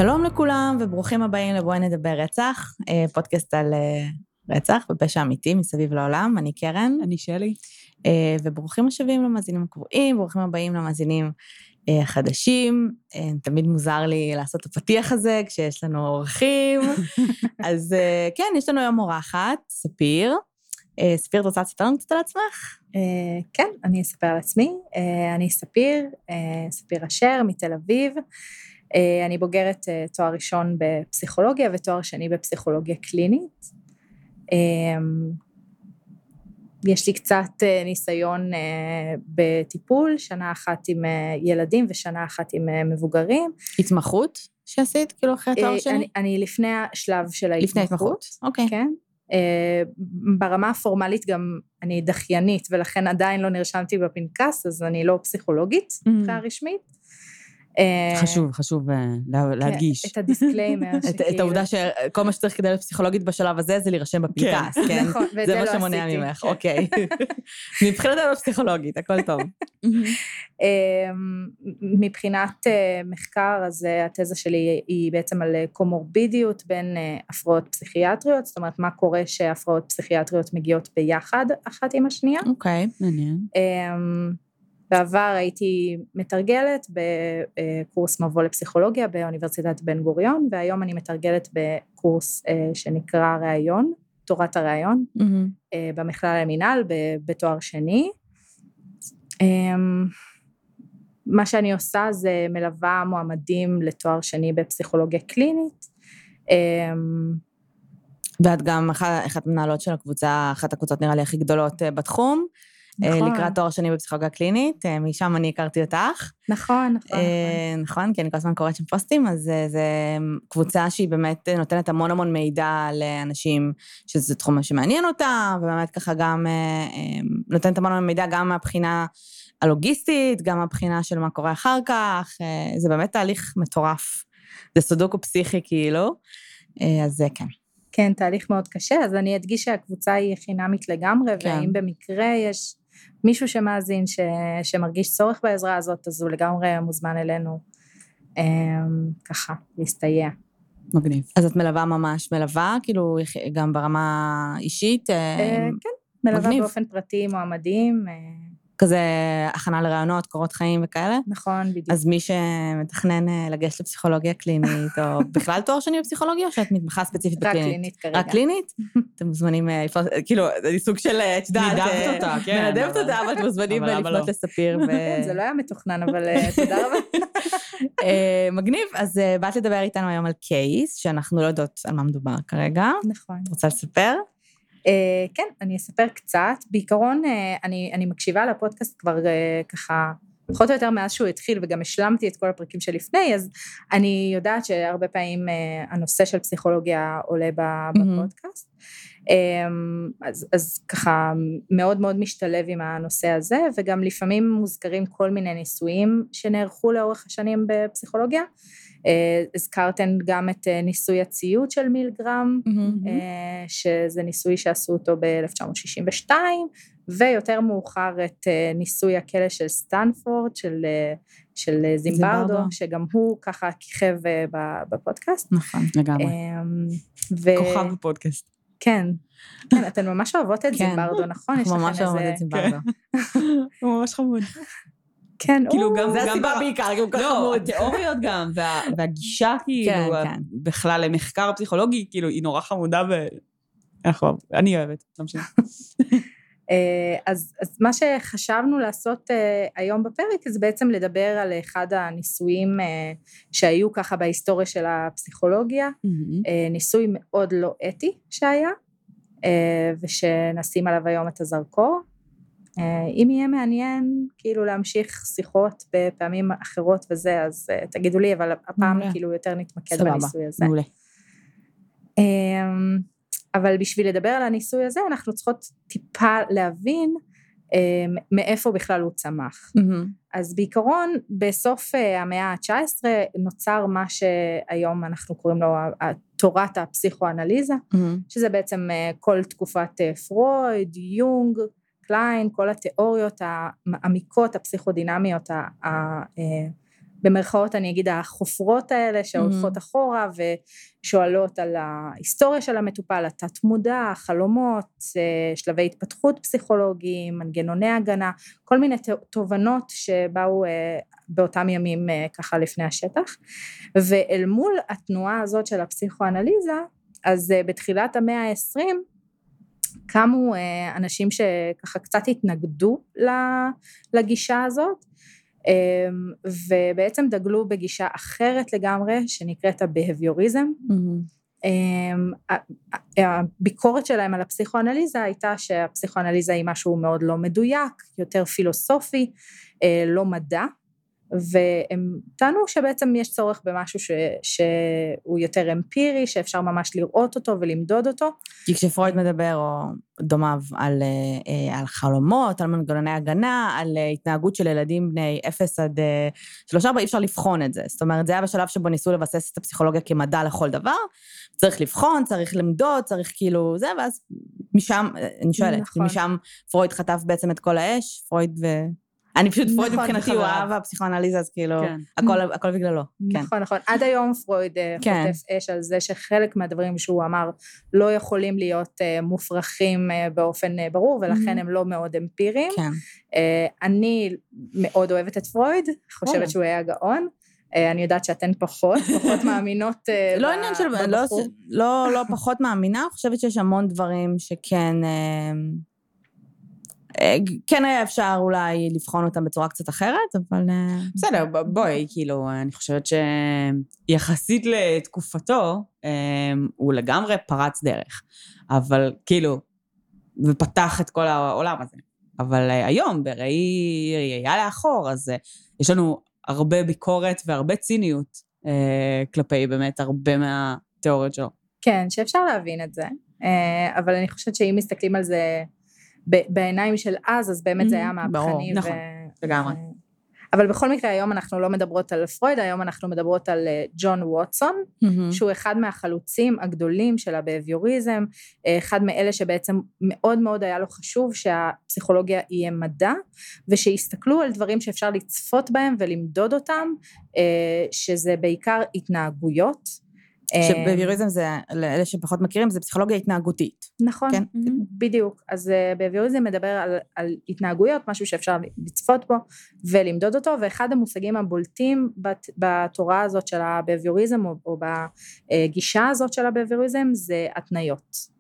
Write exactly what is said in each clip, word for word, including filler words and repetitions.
שלום לכולם וברוכים הבאים לבואי נדבר רצח, פודקאסט על רצח ופשע אמיתי מסביב לעולם. אני קרן. אני שלי. וברוכים השבים למאזינים הקבועים, ברוכים הבאים למאזינים החדשים. תמיד מוזר לי לעשות את הפתיח הזה כשיש לנו אורחים. אז כן, יש לנו היום אורחת, ספיר. ספיר, את רוצה לספר לנו קצת על עצמך? כן, אני אספר על עצמי. אני ספיר, ספיר אשר מתל אביב. אני בוגרת תואר ראשון בפסיכולוגיה ותואר שני בפסיכולוגיה קלינית. יש לי קצת ניסיון בטיפול, שנה אחת עם ילדים ושנה אחת עם מבוגרים. התמחות שעשית כאילו אחרי התואר שני? אני, אני לפני השלב של ההתמחות. לפני התמחות, אוקיי. כן. ברמה הפורמלית גם אני דחיינית, ולכן עדיין לא נרשמתי בפנקס, אז אני לא פסיכולוגית, מבחינה רשמית. חשוב, חשוב להדגיש. את הדיסקליימר. את העובדה שכל מה שצריך כדי להיות פסיכולוגית בשלב הזה, זה להירשם בפנקס, כן? זה מה שמונע ממך, אוקיי. מבחינת להיות פסיכולוגית, הכל טוב. מבחינת מחקר, אז התזה שלי היא בעצם על קומורבידיות בין הפרעות פסיכיאטריות, זאת אומרת, מה קורה שהפרעות פסיכיאטריות מגיעות ביחד אחת עם השנייה. אוקיי, מעניין. בעבר הייתי מתרגלת בקורס מבוא לפסיכולוגיה באוניברסיטת בן גוריון, והיום אני מתרגלת בקורס שנקרא ראיון, תורת הראיון, mm-hmm. במכלל למינהל בתואר שני. מה שאני עושה זה מלווה מועמדים לתואר שני בפסיכולוגיה קלינית. ואת גם אחת מנהלות של הקבוצה, אחת הקבוצות נראה לי הכי גדולות בתחום, נכון. לקראת תואר שני בפסיכולוגיה קלינית, משם אני הכרתי אותך. נכון, נכון. נכון, כי אני כל הזמן קוראת שם פוסטים, אז זו קבוצה שהיא באמת נותנת המון המון מידע לאנשים שזה תחום שמעניין אותה, ובאמת ככה גם נותנת המון המון מידע גם מהבחינה הלוגיסטית, גם מהבחינה של מה קורה אחר כך, זה באמת תהליך מטורף. זה סודוקו פסיכי כאילו, אז זה כן. כן, תהליך מאוד קשה, אז אני אדגיש שהקבוצה היא חינמית לגמרי, כן. ואם במקרה יש מישהו שמאזין ש... שמרגיש צורך בעזרה הזאת, אז הוא לגמרי מוזמן אלינו, ככה, להסתייע. מגניב. אז את מלווה ממש, מלווה, כאילו, גם ברמה אישית? כן, מלווה מגניב. באופן פרטי, מועמדים. כזה הכנה לרעיונות, קורות חיים וכאלה? נכון, בדיוק. אז מי שמתכנן לגשת לפסיכולוגיה קלינית, או בכלל תואר שני בפסיכולוגיה, או שאת מתמחה ספציפית בקלינית? רק קלינית כרגע. רק קלינית? אתם מוזמנים, כאילו, זה סוג של, תדעת, נדבת אותה, כן. נדבת אותה, אבל אתם מוזמנים לפנות לספיר. זה לא היה מתוכנן, אבל תודה רבה. מגניב, אז באת לדבר איתנו היום על קייס, שאנחנו לא יודעות על מה מדובר כרגע. נכון. את רוצה לספר? Uh, כן, אני אספר קצת. בעיקרון, uh, אני, אני מקשיבה לפודקאסט כבר uh, ככה, פחות או יותר מאז שהוא התחיל, וגם השלמתי את כל הפרקים שלפני, אז אני יודעת שהרבה פעמים uh, הנושא של פסיכולוגיה עולה בפודקאסט, mm-hmm. um, אז, אז ככה מאוד מאוד משתלב עם הנושא הזה, וגם לפעמים מוזכרים כל מיני ניסויים שנערכו לאורך השנים בפסיכולוגיה, הזכרתן גם את ניסוי הציות של מילגרם, mm-hmm. שזה ניסוי שעשו אותו ב-אלף תשע מאות שישים ושתיים, ויותר מאוחר את ניסוי הכלא של סטנפורד, של, של זימברדו, זימברדו, שגם הוא ככה כיכב בפודקאסט. נכון, לגמרי. ו... כוכב בפודקאסט. כן, כן, אתן ממש אוהבות את כן. זימברדו, נכון? אנחנו ממש אוהבות את זימברדו. הוא ממש חמוד. כן, כאילו גם, זה הסיבה בעיקר, כאילו ככה חמוד. התיאוריות גם, והגישה כאילו, בכלל למחקר פסיכולוגי, כאילו היא נורא חמודה, ואני אוהבת, לא משנה. אז מה שחשבנו לעשות היום בפרק, זה בעצם לדבר על אחד הניסויים שהיו ככה בהיסטוריה של הפסיכולוגיה, ניסוי מאוד לא אתי שהיה, ושנשים עליו היום את הזרקור. אם יהיה מעניין כאילו להמשיך שיחות בפעמים אחרות וזה, אז תגידו לי, אבל הפעם כאילו יותר נתמקד בניסוי הזה. מעולה. אבל בשביל לדבר על הניסוי הזה, אנחנו צריכות טיפה להבין מאיפה בכלל הוא צמח. אז בעיקרון, בסוף המאה ה-תשע עשרה נוצר מה שהיום אנחנו קוראים לו תורת הפסיכואנליזה, שזה בעצם כל תקופת פרויד, יונג, קליין, כל התיאוריות המעמיקות, הפסיכודינמיות במרכאות אני אגיד החופרות האלה שהולכות אחורה ושואלות על ההיסטוריה של המטופל, התת מודע, חלומות, שלבי התפתחות פסיכולוגיים, מנגנוני הגנה, כל מיני תובנות שבאו באותם ימים ככה לפני השטח, ואל מול התנועה הזאת של הפסיכואנליזה, אז בתחילת המאה ה-עשרים, קמו אנשים שככה קצת התנגדו לגישה הזאת, ובעצם דגלו בגישה אחרת לגמרי, שנקראת הבהביוריזם. הביקורת שלהם על הפסיכואנליזה הייתה שהפסיכואנליזה היא משהו מאוד לא מדויק, יותר פילוסופי, לא מדע, והם טענו שבעצם יש צורך במשהו ש, שהוא יותר אמפירי, שאפשר ממש לראות אותו ולמדוד אותו. כי כשפרויד מדבר, או דומיו, על, על חלומות, על מנגנוני הגנה, על התנהגות של ילדים בני אפס עד שלוש ארבע, אי אפשר לבחון את זה. זאת אומרת, זה היה בשלב שבו ניסו לבסס את הפסיכולוגיה כמדע לכל דבר, צריך לבחון, צריך למדוד, צריך כאילו זה, ואז משם, אני שואלת, נכון. משם פרויד חטף בעצם את כל האש, פרויד ו... אני פשוט, פרויד מבחינתי הוא אהב הפסיכואנליזה, אז כאילו, הכל בגללו. נכון, נכון. עד היום פרויד חוטף אש על זה שחלק מהדברים שהוא אמר לא יכולים להיות מופרכים באופן ברור, ולכן הם לא מאוד אמפיריים. אני מאוד אוהבת את פרויד, חושבת שהוא היה גאון. אני יודעת שאתן פחות, פחות מאמינות בבחור. לא עניין של, לא פחות מאמינה, חושבת שיש המון דברים שכן... כן היה אפשר אולי לבחון אותם בצורה קצת אחרת, אבל... בסדר, בואי, כאילו, אני חושבת שיחסית לתקופתו, הוא לגמרי פרץ דרך, אבל כאילו, ופתח את כל העולם הזה. אבל היום, בראי ראייה לאחור, אז יש לנו הרבה ביקורת והרבה ציניות כלפי באמת הרבה מהתיאוריות שלו. כן, שאפשר להבין את זה, אבל אני חושבת שאם מסתכלים על זה... בעיניים של אז, אז באמת זה היה מהפכני. נכון, לגמרי. אבל בכל מקרה, היום אנחנו לא מדברות על פרויד, היום אנחנו מדברות על ג'ון ווטסון, שהוא אחד מהחלוצים הגדולים של הבהביוריזם, אחד מאלה שבעצם מאוד מאוד היה לו חשוב שהפסיכולוגיה יהיה מדע, ושיסתכלו על דברים שאפשר לצפות בהם ולמדוד אותם, שזה בעיקר התנהגויות, שבהביוריזם זה, לאלה שפחות מכירים, זה פסיכולוגיה התנהגותית. נכון, כן? בדיוק. אז בהביוריזם מדבר על, על התנהגויות, משהו שאפשר לצפות בו ולמדוד אותו, ואחד המושגים הבולטים בת, בתורה הזאת של הבהביוריזם, או, או בגישה הזאת של הבהביוריזם, זה התניות.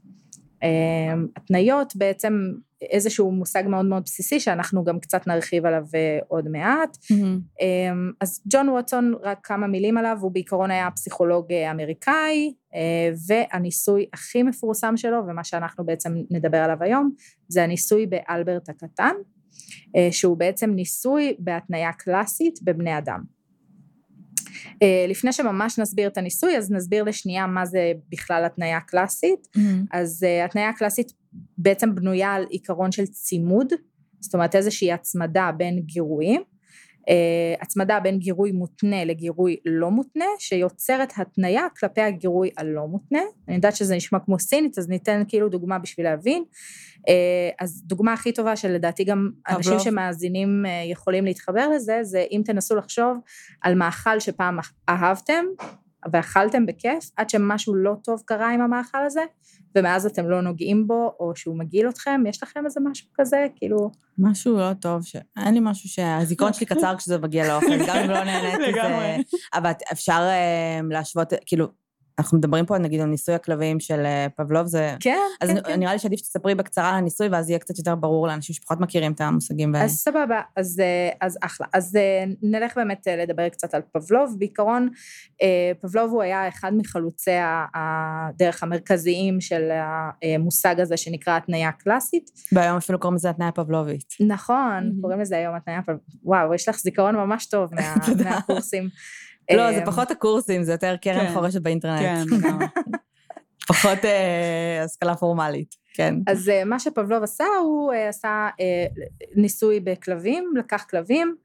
התניות בעצם איזשהו מושג מאוד מאוד בסיסי, שאנחנו גם קצת נרחיב עליו עוד מעט. Mm-hmm. אז ג'ון ווטסון, רק כמה מילים עליו, הוא בעיקרון היה פסיכולוג אמריקאי, והניסוי הכי מפורסם שלו, ומה שאנחנו בעצם נדבר עליו היום, זה הניסוי באלברט הקטן, שהוא בעצם ניסוי בהתניה קלאסית בבני אדם. לפני שממש נסביר את הניסוי, אז נסביר לשנייה מה זה בכלל התניה קלאסית. Mm-hmm. אז התניה קלאסית בעצם בנויה על עיקרון של צימוד, זאת אומרת איזושהי הצמדה בין גירויים, הצמדה בין גירוי מותנה לגירוי לא מותנה, שיוצרת התניה כלפי הגירוי הלא מותנה. אני יודעת שזה נשמע כמו סינית, אז ניתן כאילו דוגמה בשביל להבין. אז דוגמה הכי טובה שלדעתי גם אנשים שמאזינים יכולים להתחבר לזה, זה אם תנסו לחשוב על מאכל שפעם אהבתם, ואכלתם בכיף, עד שמשהו לא טוב קרה עם המאכל הזה, ומאז אתם לא נוגעים בו, או שהוא מגיל אתכם, יש לכם איזה משהו כזה, כאילו... משהו לא טוב, אין לי משהו שהזיכרון שלי קצר כשזה מגיע לאוכל, גם אם לא נהניתי זה... אבל אפשר להשוות, כאילו, אנחנו מדברים פה, נגיד, על ניסוי הכלבים של פבלוב, זה... כן, אז נראה לי שעדיף שתספרי בקצרה על הניסוי, ואז יהיה קצת יותר ברור לאנשים שפחות מכירים את המושגים. אז סבבה, אז אחלה. אז נלך באמת לדבר קצת על פבלוב. בעיקרון, פבלוב הוא היה אחד מחלוצי הדרך המרכזיים של המושג הזה, שנקרא התניה קלאסית. והיום אפילו קוראים לזה התניה פבלובית. נכון, קוראים לזה היום התניה פבלובית. וואו, יש לך זיכרון ממש טוב מהקורסים. לא, זה פחות הקורסים, זה יותר קרן חורשת באינטרנט. כן, פחות השכלה פורמלית, כן. אז מה שפבלוב עשה, הוא עשה ניסוי בכלבים, לקח כלבים,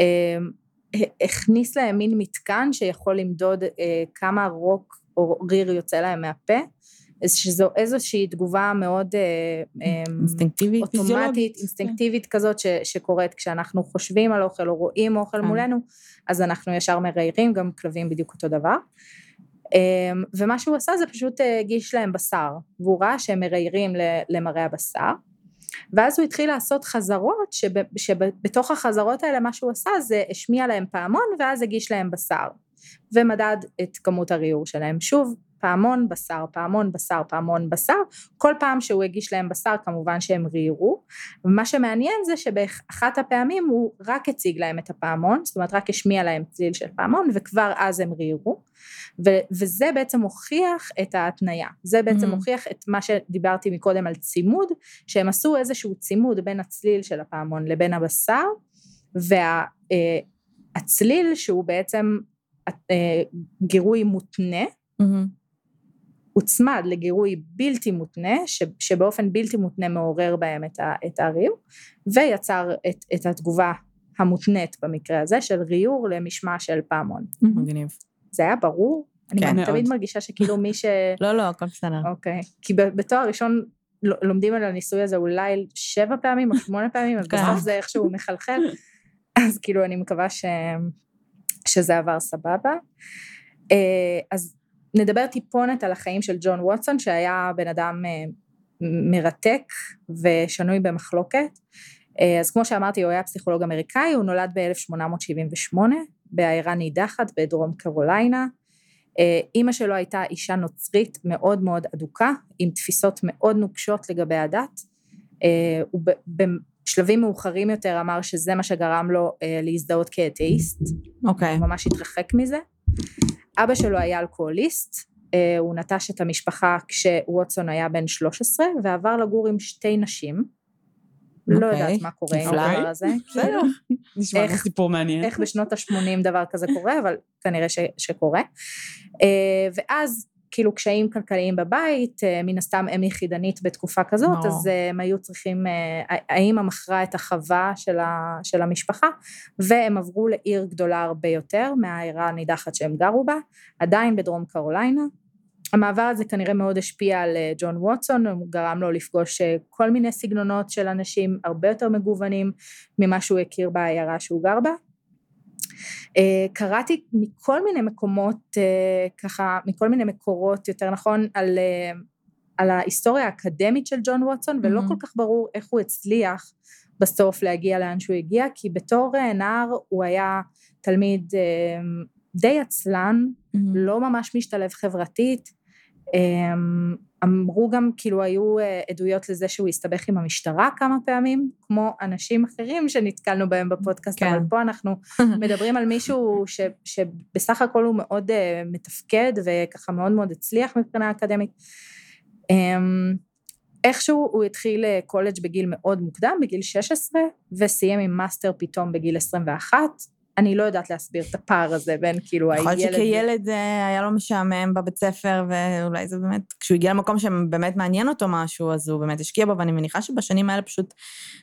הכניס להם מין מתקן שיכול למדוד כמה רוק או ריר יוצא להם מהפה, שזו איזושהי תגובה מאוד אינסטינקטיבית, אוטומטית, אינסטינקטיבית כזאת ש, שקורית כשאנחנו חושבים על אוכל או רואים אוכל מולנו, אז אנחנו ישר מריירים, גם כלבים בדיוק אותו דבר. ומה שהוא עשה זה פשוט הגיש להם בשר, והוא ראה שהם מריירים למראה הבשר, ואז הוא התחיל לעשות חזרות, שב, שבתוך החזרות האלה מה שהוא עשה זה השמיע להם פעמון, ואז הגיש להם בשר, ומדד את כמות הריור שלהם. שוב, פעמון בשר, פעמון בשר, פעמון בשר, כל פעם שהוא הגיש להם בשר כמובן שהם ריירו, ומה שמעניין זה שבאחת הפעמים הוא רק הציג להם את הפעמון, זאת אומרת רק השמיע להם צליל של פעמון, וכבר אז הם ריירו, ו- וזה בעצם הוכיח את ההתניה, זה בעצם mm-hmm. הוכיח את מה שדיברתי מקודם על צימוד, שהם עשו איזשהו צימוד בין הצליל של הפעמון לבין הבשר, והצליל שהוא בעצם גירוי מותנה, mm-hmm. הוצמד לגירוי בלתי מותנה, שבאופן בלתי מותנה מעורר בהם את הריור, ויצר את, את התגובה המותנית במקרה הזה, של ריור למשמע של פעמון. מגניב. זה היה ברור? אני תמיד מרגישה שכאילו מי ש... לא, לא, הכל בסדר. אוקיי. כי בתואר ראשון לומדים על הניסוי הזה אולי שבע פעמים או שמונה פעמים, אז בסוף זה איכשהו מחלחל, אז כאילו אני מקווה ש... שזה עבר סבבה. אז נדבר טיפונת על החיים של ג'ון ווטסון, שהיה בן אדם מרתק ושנוי במחלוקת. אז כמו שאמרתי, הוא היה פסיכולוג אמריקאי, הוא נולד ב-אלף שמונה מאות שבעים ושמונה, בעיירה נידחת בדרום קרוליינה. אמא שלו הייתה אישה נוצרית מאוד מאוד אדוקה, עם תפיסות מאוד נוקשות לגבי הדת. הוא בשלבים מאוחרים יותר אמר שזה מה שגרם לו להזדהות כאתאיסט. אוקיי. הוא ממש התרחק מזה. אבא שלו היה אלכוהוליסט, הוא נטש את המשפחה כשווטסון היה בן שלוש עשרה, ועבר לגור עם שתי נשים, לא יודעת מה קורה עם הדבר הזה. בסדר, נשמע לי סיפור מעניין. איך בשנות ה-שמונים דבר כזה קורה, אבל כנראה שקורה. ואז כאילו קשיים כלכליים בבית, מן הסתם אם יחידנית בתקופה כזאת, אז הם היו צריכים, האמא מכרה את החווה של המשפחה, והם עברו לעיר גדולה הרבה יותר, מהעירה הנידחת שהם גרו בה, עדיין בדרום קרוליינה. המעבר הזה כנראה מאוד השפיע על ג'ון ווטסון, הוא גרם לו לפגוש כל מיני סגנונות של אנשים, הרבה יותר מגוונים, ממה שהוא הכיר בעיירה שהוא גר בה. קראתי מכל מיני מקומות, ככה, מכל מיני מקורות, יותר נכון, על, על ההיסטוריה האקדמית של ג'ון ווטסון, ולא כל כך ברור איך הוא הצליח בסוף להגיע לאן שהוא הגיע, כי בתור נער הוא היה תלמיד די עצלן, לא ממש משתלב חברתית, אמרו גם, כאילו היו עדויות לזה שהוא הסתבך עם המשטרה כמה פעמים, כמו אנשים אחרים שנתקלנו בהם בפודקאסט, כן. אבל פה אנחנו מדברים על מישהו ש, שבסך הכל הוא מאוד מתפקד, וככה מאוד מאוד הצליח מבחינה אקדמית. איכשהו הוא התחיל קולג' בגיל מאוד מוקדם, בגיל שש עשרה, וסיים עם מאסטר פתאום בגיל עשרים ואחת, אני לא יודעת להסביר את הפער הזה בין כאילו הילד... יכול להיות שכילד היה לו משעמם בבית ספר, ואולי זה באמת, כשהוא הגיע למקום שבאמת מעניין אותו משהו, אז הוא באמת השקיע בו, ואני מניחה שבשנים האלה פשוט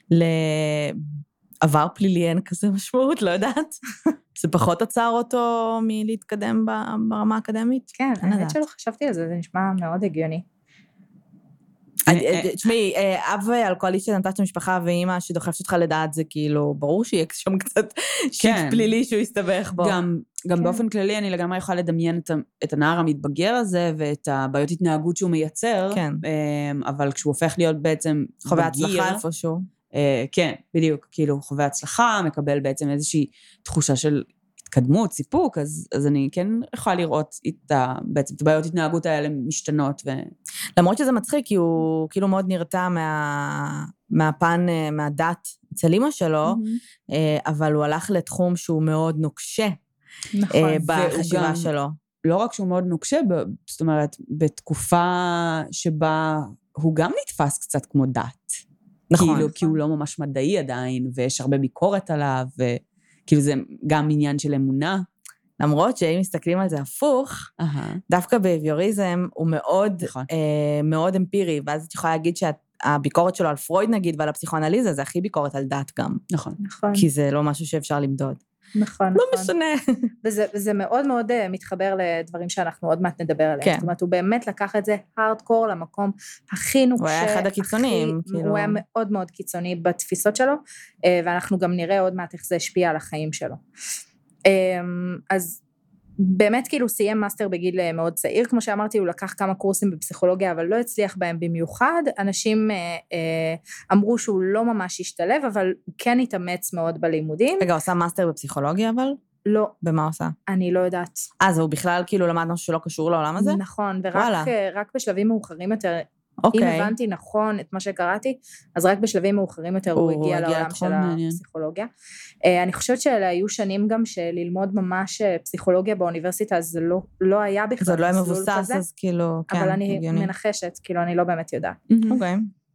לעבר פלילי אין כזה משמעות, לא יודעת. זה פחות עצר אותו מלהתקדם ברמה האקדמית. כן, האמת שלא חשבתי על זה, זה נשמע מאוד הגיוני. תשמעי, אב אלכוהוליסט שנטש את המשפחה ואמא שדוחפת אותך לדעת, זה כאילו, ברור שיהיה שם קצת שיט פלילי שהוא יסתבך בו. גם באופן כללי אני לגמרי יכולה לדמיין את הנער המתבגר הזה, ואת הבעיות התנהגות שהוא מייצר, אבל כשהוא הופך להיות בעצם חווה הצלחה איפשהו. כן, בדיוק, כאילו חווה הצלחה, מקבל בעצם איזושהי תחושה של התקדמות, סיפוק, אז, אז אני כן יכולה לראות את ה, בעצם את הבעיות התנהגות האלה משתנות. ו... למרות שזה מצחיק, כי הוא כאילו מאוד נרתע מה, מהפן, מהדת אצל אמא שלו, mm-hmm. אבל הוא הלך לתחום שהוא מאוד נוקשה, נכון, בחשיבה שלו. לא רק שהוא מאוד נוקשה, זאת אומרת, בתקופה שבה הוא גם נתפס קצת כמו דת. נכון. כאילו, נכון. כי הוא לא ממש מדעי עדיין, ויש הרבה ביקורת עליו, ו... כאילו זה גם עניין של אמונה. למרות שאם מסתכלים על זה הפוך, דווקא בביוריזם הוא מאוד, מאוד אמפירי, ואז את יכולה להגיד שהביקורת שלו על פרויד נגיד, ועל הפסיכואנליזה, זה הכי ביקורת על דת גם. נכון. כי זה לא משהו שאפשר למדוד. נכון, לא נכון. משנה. וזה, וזה מאוד מאוד מתחבר לדברים שאנחנו עוד מעט נדבר עליהם. כן. זאת אומרת, הוא באמת לקח את זה הארדקור למקום הכי נוקשה. הוא היה אחד הקיצוניים, הכי, כאילו. הוא היה מאוד מאוד קיצוני בתפיסות שלו, ואנחנו גם נראה עוד מעט איך זה השפיע על החיים שלו. אז באמת כאילו סיים מאסטר בגיל מאוד צעיר, כמו שאמרתי, הוא לקח כמה קורסים בפסיכולוגיה, אבל לא הצליח בהם במיוחד, אנשים אה, אה, אמרו שהוא לא ממש השתלב, אבל הוא כן התאמץ מאוד בלימודים. רגע, הוא עושה מאסטר בפסיכולוגיה אבל? לא. במה הוא עושה? אני לא יודעת. אז הוא בכלל כאילו למד משהו שלא קשור לעולם הזה? נכון, ורק רק בשלבים מאוחרים יותר, אוקיי. אם הבנתי נכון את מה שקראתי, אז רק בשלבים מאוחרים יותר הוא, הוא הגיע לעולם של מעניין. הפסיכולוגיה. אני חושבת שאלה היו שנים גם שללמוד ממש פסיכולוגיה באוניברסיטה, אז זה לא, לא היה בכלל. זה לא היה מבוסס, כזה, אז כאילו, כן, אבל אני הגיוני. מנחשת, כאילו אני לא באמת יודעת. אוקיי.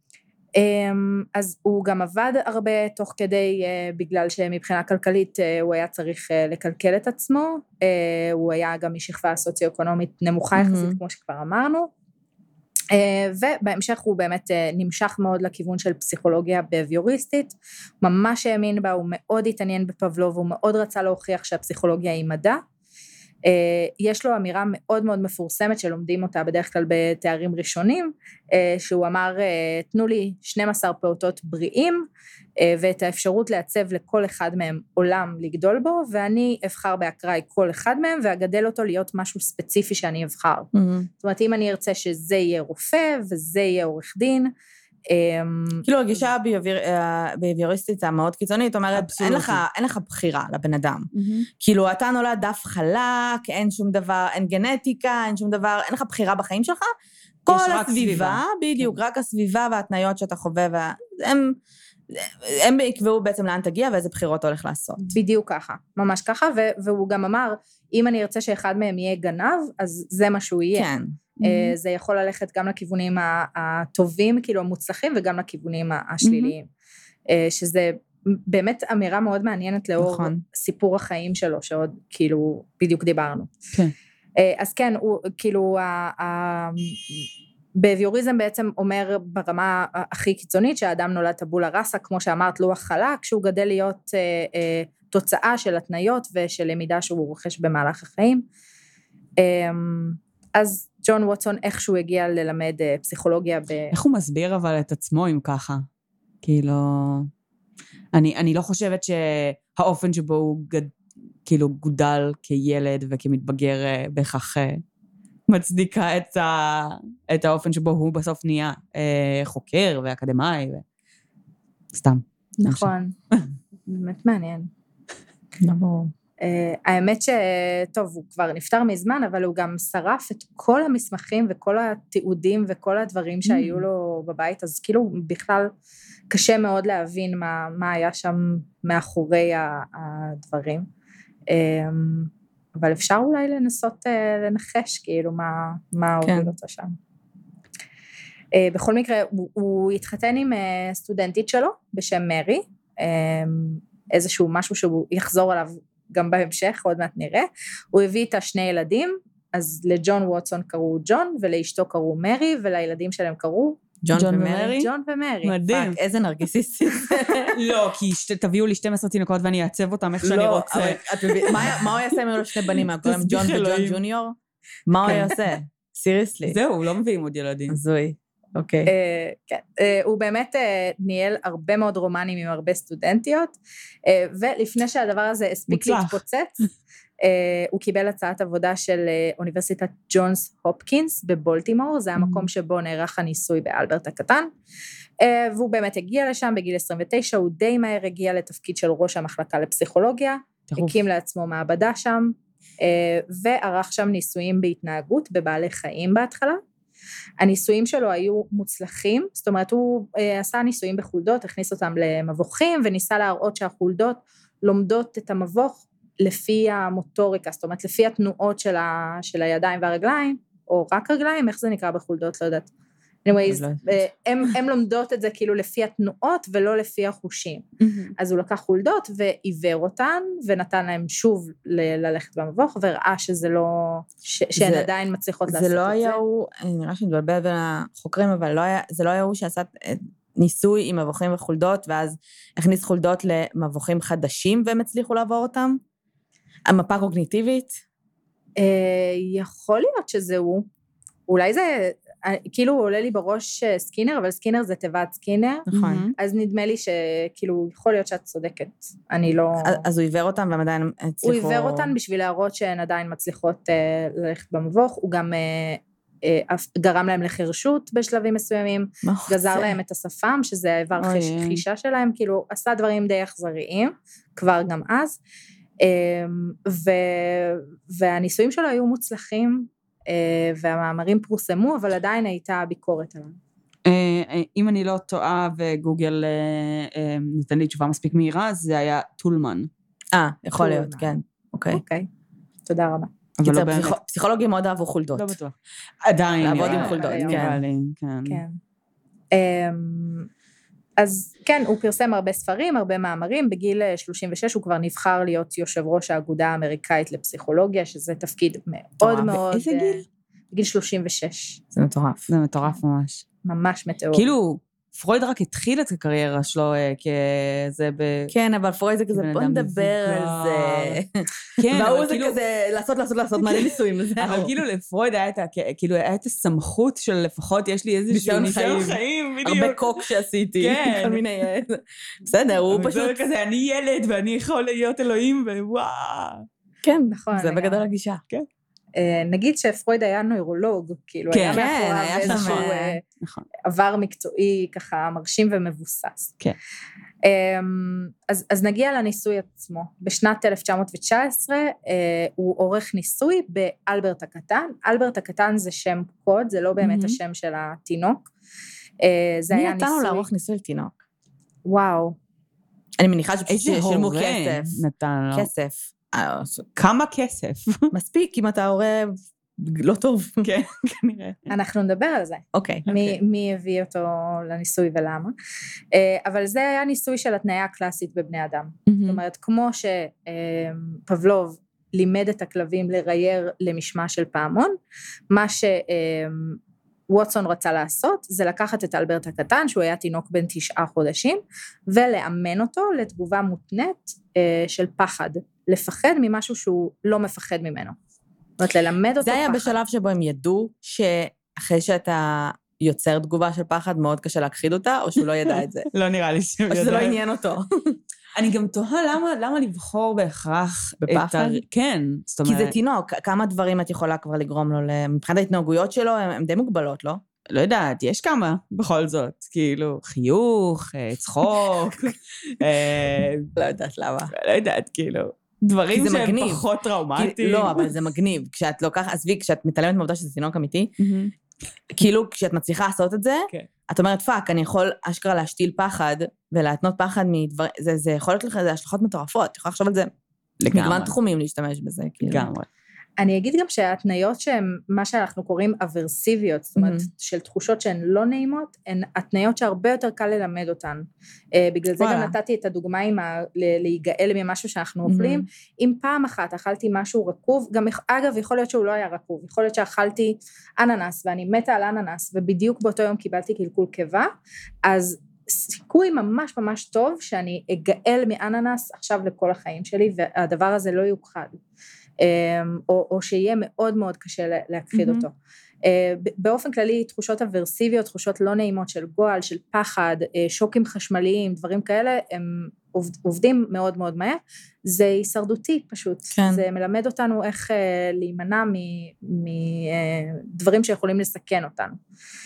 אז הוא גם עבד הרבה תוך כדי, בגלל שמבחינה כלכלית הוא היה צריך לקלקל את עצמו, הוא היה גם משכבה סוציו-אקונומית נמוכה יחסית, כמו שכבר אמרנו, ובהמשך הוא באמת נמשך מאוד לכיוון של פסיכולוגיה בהביוריסטית, ממש האמין בה, הוא מאוד התעניין בפבלוב, הוא מאוד רצה להוכיח שהפסיכולוגיה היא מדע, יש לו אמירה מאוד מאוד מפורסמת שלומדים אותה בדרך כלל בתארים ראשונים, שהוא אמר תנו לי שנים עשר פעוטות בריאים, ואת האפשרות לעצב לכל אחד מהם עולם לגדול בו, ואני אבחר באקראי כל אחד מהם, ואגדל אותו להיות משהו ספציפי שאני אבחר. Mm-hmm. זאת אומרת, אם אני ארצה שזה יהיה רופא, וזה יהיה עורך דין, כאילו הגישה בהביוריסטית המאוד קיצונית, אומרת, אין לך בחירה לבן אדם. כאילו אתה נולד דף חלק, אין שום דבר, אין גנטיקה, אין שום דבר, אין לך בחירה בחיים שלך, כל הסביבה, בדיוק, רק הסביבה וההתניות שאתה חווה, והם... הם יקבעו בעצם לאן תגיע ואיזה בחירות הולך לעשות. בדיוק ככה, ממש ככה, והוא גם אמר, אם אני ארצה שאחד מהם יהיה גנב, אז זה מה שהוא יהיה. כן. זה יכול ללכת גם לכיוונים הטובים, כאילו המוצלחים, וגם לכיוונים השליליים. שזה באמת אמירה מאוד מעניינת לאור סיפור החיים שלו, שעוד כאילו בדיוק דיברנו. כן. אז כן, הוא כאילו... בהביוריזם בעצם אומר ברמה הכי קיצונית שהאדם נולד טבולה ראסה, כמו שאמרת, לוח חלק, שהוא גדל להיות אה, אה, תוצאה של התניות ושל למידה שהוא רוכש במהלך החיים. אה, אז ג'ון ווטסון איכשהו הגיע ללמד אה, פסיכולוגיה. ב... איך הוא מסביר אבל את עצמו אם ככה? כאילו, אני, אני לא חושבת שהאופן שבו הוא גד, כאילו גודל כילד וכמתבגר אה, בכך... אה, מצדיקה את, ה... את האופן שבו הוא בסוף נהיה אה, חוקר ואקדמאי. ו... סתם. נכון. באמת מעניין. נכון. אה, האמת שטוב, הוא כבר נפטר מזמן, אבל הוא גם שרף את כל המסמכים וכל התיעודים וכל הדברים שהיו לו בבית, אז כאילו בכלל קשה מאוד להבין מה, מה היה שם מאחורי הדברים. אה, אבל אפשר אולי לנסות uh, לנחש, כאילו, מה, מה כן. הוביל אותו שם. Uh, בכל מקרה, הוא, הוא התחתן עם uh, סטודנטית שלו, בשם מרי, uh, איזשהו משהו שהוא יחזור עליו גם בהמשך, עוד מעט נראה. הוא הביא איתה שני ילדים, אז לג'ון ווטסון קראו ג'ון, ולאשתו קראו מרי, ולילדים שלהם קראו, ג'ון ומרי? ג'ון ומרי. מדהים. פאק, איזה נרגיסיסטי. לא, כי תביאו לי שתים עשרה תינוקות ואני אעצב אותם איך שאני רוצה. מה הוא יעשה אם היו לו שני בנים? קוראים ג'ון וג'ון ג'וניור? מה הוא יעשה? סיריוסלי. זהו, לא מביאים עוד ילדים. זוי. אוקיי. כן. הוא באמת ניהל הרבה מאוד רומנים עם הרבה סטודנטיות, ולפני שהדבר הזה הספיק להתפוצץ, הוא קיבל הצעת עבודה של אוניברסיטת ג'ונס הופקינס בבולטימור, זה המקום שבו נערך הניסוי באלברט הקטן, והוא באמת הגיע לשם בגיל עשרים ותשע, הוא די מהר הגיע לתפקיד של ראש המחלקה לפסיכולוגיה, הקים לעצמו מעבדה שם, וערך שם ניסויים בהתנהגות בבעלי חיים בהתחלה, הניסויים שלו היו מוצלחים, זאת אומרת הוא עשה ניסויים בחולדות, הכניס אותם למבוכים, וניסה להראות שהחולדות לומדות את המבוך, לפי המוטוריקה, זאת אומרת, לפי התנועות של, ה, של הידיים והרגליים, או רק רגליים, איך זה נקרא בחולדות, לא יודעת. anyways, הם, הם לומדות את זה כאילו לפי התנועות, ולא לפי החושים. אז הוא לקח חולדות, ועיוור אותן, ונתן להם שוב ל- ללכת במבוך, והראה שזה לא, ש, שהן עדיין מצליחות לעשות את זה. זה לא היה הוא, אני נראה שאני מתבלבל בין החוקרים, אבל לא היה, זה לא היה הוא שעשה ניסוי עם מבוכים וחולדות, ואז הכניס חולדות למבוכים חדשים, והם הצליחו לעבור אותם? המפה קוגניטיבית? יכול להיות שזהו. אולי זה, כאילו עולה לי בראש סקינר, אבל סקינר זה תיבת סקינר. נכון. אז נדמה לי שכאילו, יכול להיות שאת צודקת. אני לא... אז הוא עיוור אותם, והם עדיין הצליחו... הוא עיוור אותם בשביל להראות שהן עדיין מצליחות ללכת במבוך. הוא גם גרם להם לחרשות בשלבים מסוימים. גזר להם את השפם, שזה האיבר חישה שלהם. כאילו, עשה דברים די אכזריים, כבר גם אז. והניסויים שלו היו מוצלחים, והמאמרים פורסמו, אבל עדיין הייתה ביקורת עליהם. אם אני לא טועה וגוגל נותן לי תשובה מספיק מהירה, זה היה טולמן. אה, יכול להיות, כן. אוקיי. אוקיי, תודה רבה. קיצר, פסיכולוגים מאוד אהבו חולדות. לא בטוח. עדיין. לעבוד עם חולדות, כן. כן. אז כן, הוא פרסם הרבה ספרים, הרבה מאמרים, בגיל שלושים ושש הוא כבר נבחר להיות יושב ראש האגודה האמריקאית לפסיכולוגיה, שזה תפקיד מאוד מאוד... באיזה גיל? בגיל שלושים ושש. זה מטורף. זה מטורף ממש. ממש מטורף. כאילו, פרויד רק התחיל את הקריירה שלו כזה ב... כן, אבל פרויד זה כזה, בוא נדבר על זה. כן, והוא זה כזה, לעשות, לעשות, לעשות, מה ניסויים לזה. אבל כאילו לפרויד היה את הסמכות של לפחות, יש לי איזשהו ניסיון חיים, הרבה קוק שעשיתי, כל מיני... בסדר, הוא פשוט... זה כזה, אני ילד ואני יכול להיות אלוהים, ווואו. כן, נכון. זה בגדול הגישה. כן. נגיד שפרויד היה נוירולוג, כאילו היה מאחוריו איזשהו עבר מקצועי ככה מרשים ומבוסס. כן. אז, אז נגיע לניסוי עצמו. בשנת אלף תשע מאות תשע עשרה הוא עורך ניסוי באלברט הקטן. אלברט הקטן זה שם קוד, זה לא באמת השם של התינוק. מי נתן לו לערוך ניסוי לתינוק? וואו. אני מניחה ששילמו כסף. נתן לו. כסף. כמה כסף? מספיק, אם אתה הורה לא טוב. כן, כנראה. אנחנו נדבר על זה. אוקיי. מי הביא אותו לניסוי ולמה. אבל זה היה ניסוי של התניה הקלאסית בבני אדם. זאת אומרת, כמו שפבלוב לימד את הכלבים לרייר למשמע של פעמון, מה שווטסון רצה לעשות, זה לקחת את אלברט הקטן, שהוא היה תינוק בן תשעה חודשים, ולאמן אותו לתגובה מותנית של פחד. לפחד ממשהו שהוא לא מפחד ממנו. זאת אומרת, ללמד אותו פחד. זה היה בשלב שבו הם ידעו שאחרי שאתה יוצר תגובה של פחד, מאוד קשה להכחיד אותה, או שהוא לא ידע את זה. לא נראה לי שהוא ידע. או שזה לא עניין אותו. אני גם תוהה למה, למה לבחור בהכרח... בפחד? כן, זאת אומרת... כי זה תינוק, כמה דברים את יכולה כבר לגרום לו, מבחינת ההתנהגויות שלו, הן די מוגבלות, לא? לא יודעת, יש כמה, בכל זאת, כאילו, חיוך, צחוק, לא יודעת למה. לא יודעת, כאילו... דברים שהם פחות טראומטיים. לא, אבל זה מגניב. כשאת לוקח, עזבי, כשאת מתעלמת מהעובדה שזה תינוק אמיתי, כאילו, כשאת מצליחה לעשות את זה, את אומרת, פאק, אני יכול אשכרה להשתיל פחד, ולהתנות פחד מדבר... זה יכול להיות לך, זה השלכות מטורפות. אתה יכול לחשוב על זה מגוון תחומים להשתמש בזה. לגמרי. אני אגיד גם שההתניות שהן, מה שאנחנו קוראים אברסיביות, זאת אומרת, של תחושות שהן לא נעימות, הן התניות שהרבה יותר קל ללמד אותן. בגלל זה גם נתתי את הדוגמה עם להיגאל ממשהו שאנחנו אוכלים. אם פעם אחת אכלתי משהו רקוב, גם אגב, יכול להיות שהוא לא היה רקוב, יכול להיות שאכלתי אננס, ואני מתה על אננס, ובדיוק באותו יום קיבלתי קלקול קיבה, אז סיכוי ממש ממש טוב, שאני אגאל מאננס עכשיו לכל החיים שלי, והדבר הזה לא יוכחד. או, או שיהיה מאוד מאוד קשה להכחיד אותו. באופן כללי, תחושות אברסיביות, תחושות לא נעימות של גועל, של פחד, שוקים חשמליים, דברים כאלה, הם עובדים מאוד מאוד מהר. זה הישרדותי פשוט. כן. זה מלמד אותנו איך להימנע מדברים שיכולים לסכן אותנו.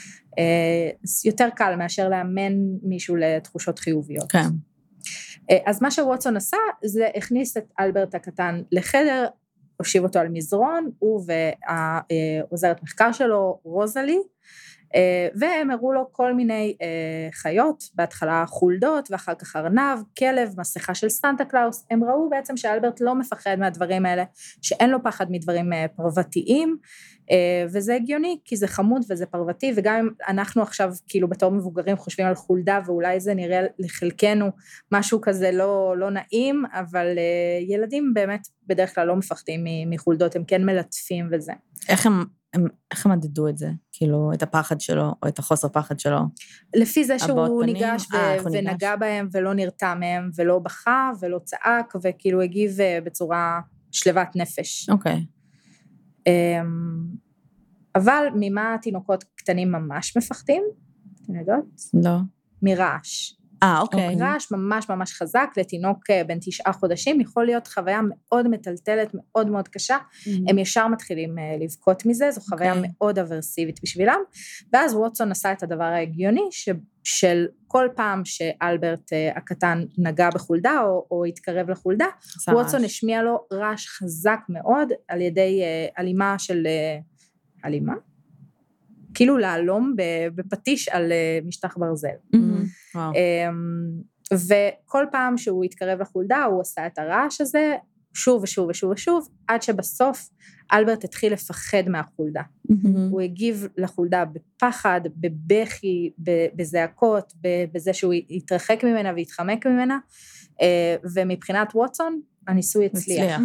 יותר קל מאשר לאמן מישהו לתחושות חיוביות. כן. אז מה שווטסון עשה, זה הכניס את אלברט הקטן לחדר, הושיב אותו על מזרון, הוא והעוזרת מחקר שלו, רוזלי, והם הראו לו כל מיני חיות, בהתחלה חולדות, ואחר כך ארנב, כלב, מסכה של סנטה קלאוס, הם ראו בעצם שאלברט לא מפחד מהדברים האלה, שאין לו פחד מדברים פרוותיים, וזה הגיוני, כי זה חמוד וזה פרותי, וגם אם אנחנו עכשיו כאילו בתור מבוגרים חושבים על חולדה, ואולי זה נראה לחלקנו משהו כזה לא, לא נעים, אבל ילדים באמת בדרך כלל לא מפחדים מחולדות, הם כן מלטפים וזה. איך הם הם, איך הם מדדו את זה? כאילו, את הפחד שלו, או את החוסר פחד שלו? לפי זה שהוא הבעות פנים? ניגש ו- אה, איך הוא ניגש? ונגע בהם ולא נרתע מהם, ולא בכה ולא צעק, וכאילו הגיב אה, בצורה שלוות נפש. אוקיי. אמ, אבל ממה תינוקות קטנים ממש מפחדים? אתם יודעות? לא. מרעש. אה, אוקיי. רעש ממש ממש חזק, לתינוק אה, בן תשעה חודשים, יכול להיות חוויה מאוד מטלטלת, מאוד מאוד קשה, הם ישר מתחילים אה, לבכות מזה, זו חוויה אוקיי. מאוד אברסיבית בשבילם, ואז ווטסון עשה את הדבר ההגיוני, ש, של כל פעם שאלברט אה, הקטן נגע בחולדה, או, או התקרב לחולדה, עשה ווטסון רעש. השמיע לו רעש חזק מאוד, על ידי אה, אלימה של, אה, אלימה? כאילו להלום בפטיש על אה, משטח ברזל. מהמם. וואו. וכל פעם שהוא התקרב לחולדה, הוא עשה את הרעש הזה, שוב ושוב ושוב ושוב, עד שבסוף אלברט התחיל לפחד מהחולדה. מהמם. הוא הגיב לחולדה בפחד, בבכי, בזעקות, בזה שהוא התרחק ממנה והתחמק ממנה, ומבחינת ווטסון, הניסוי הצליח. הצליח.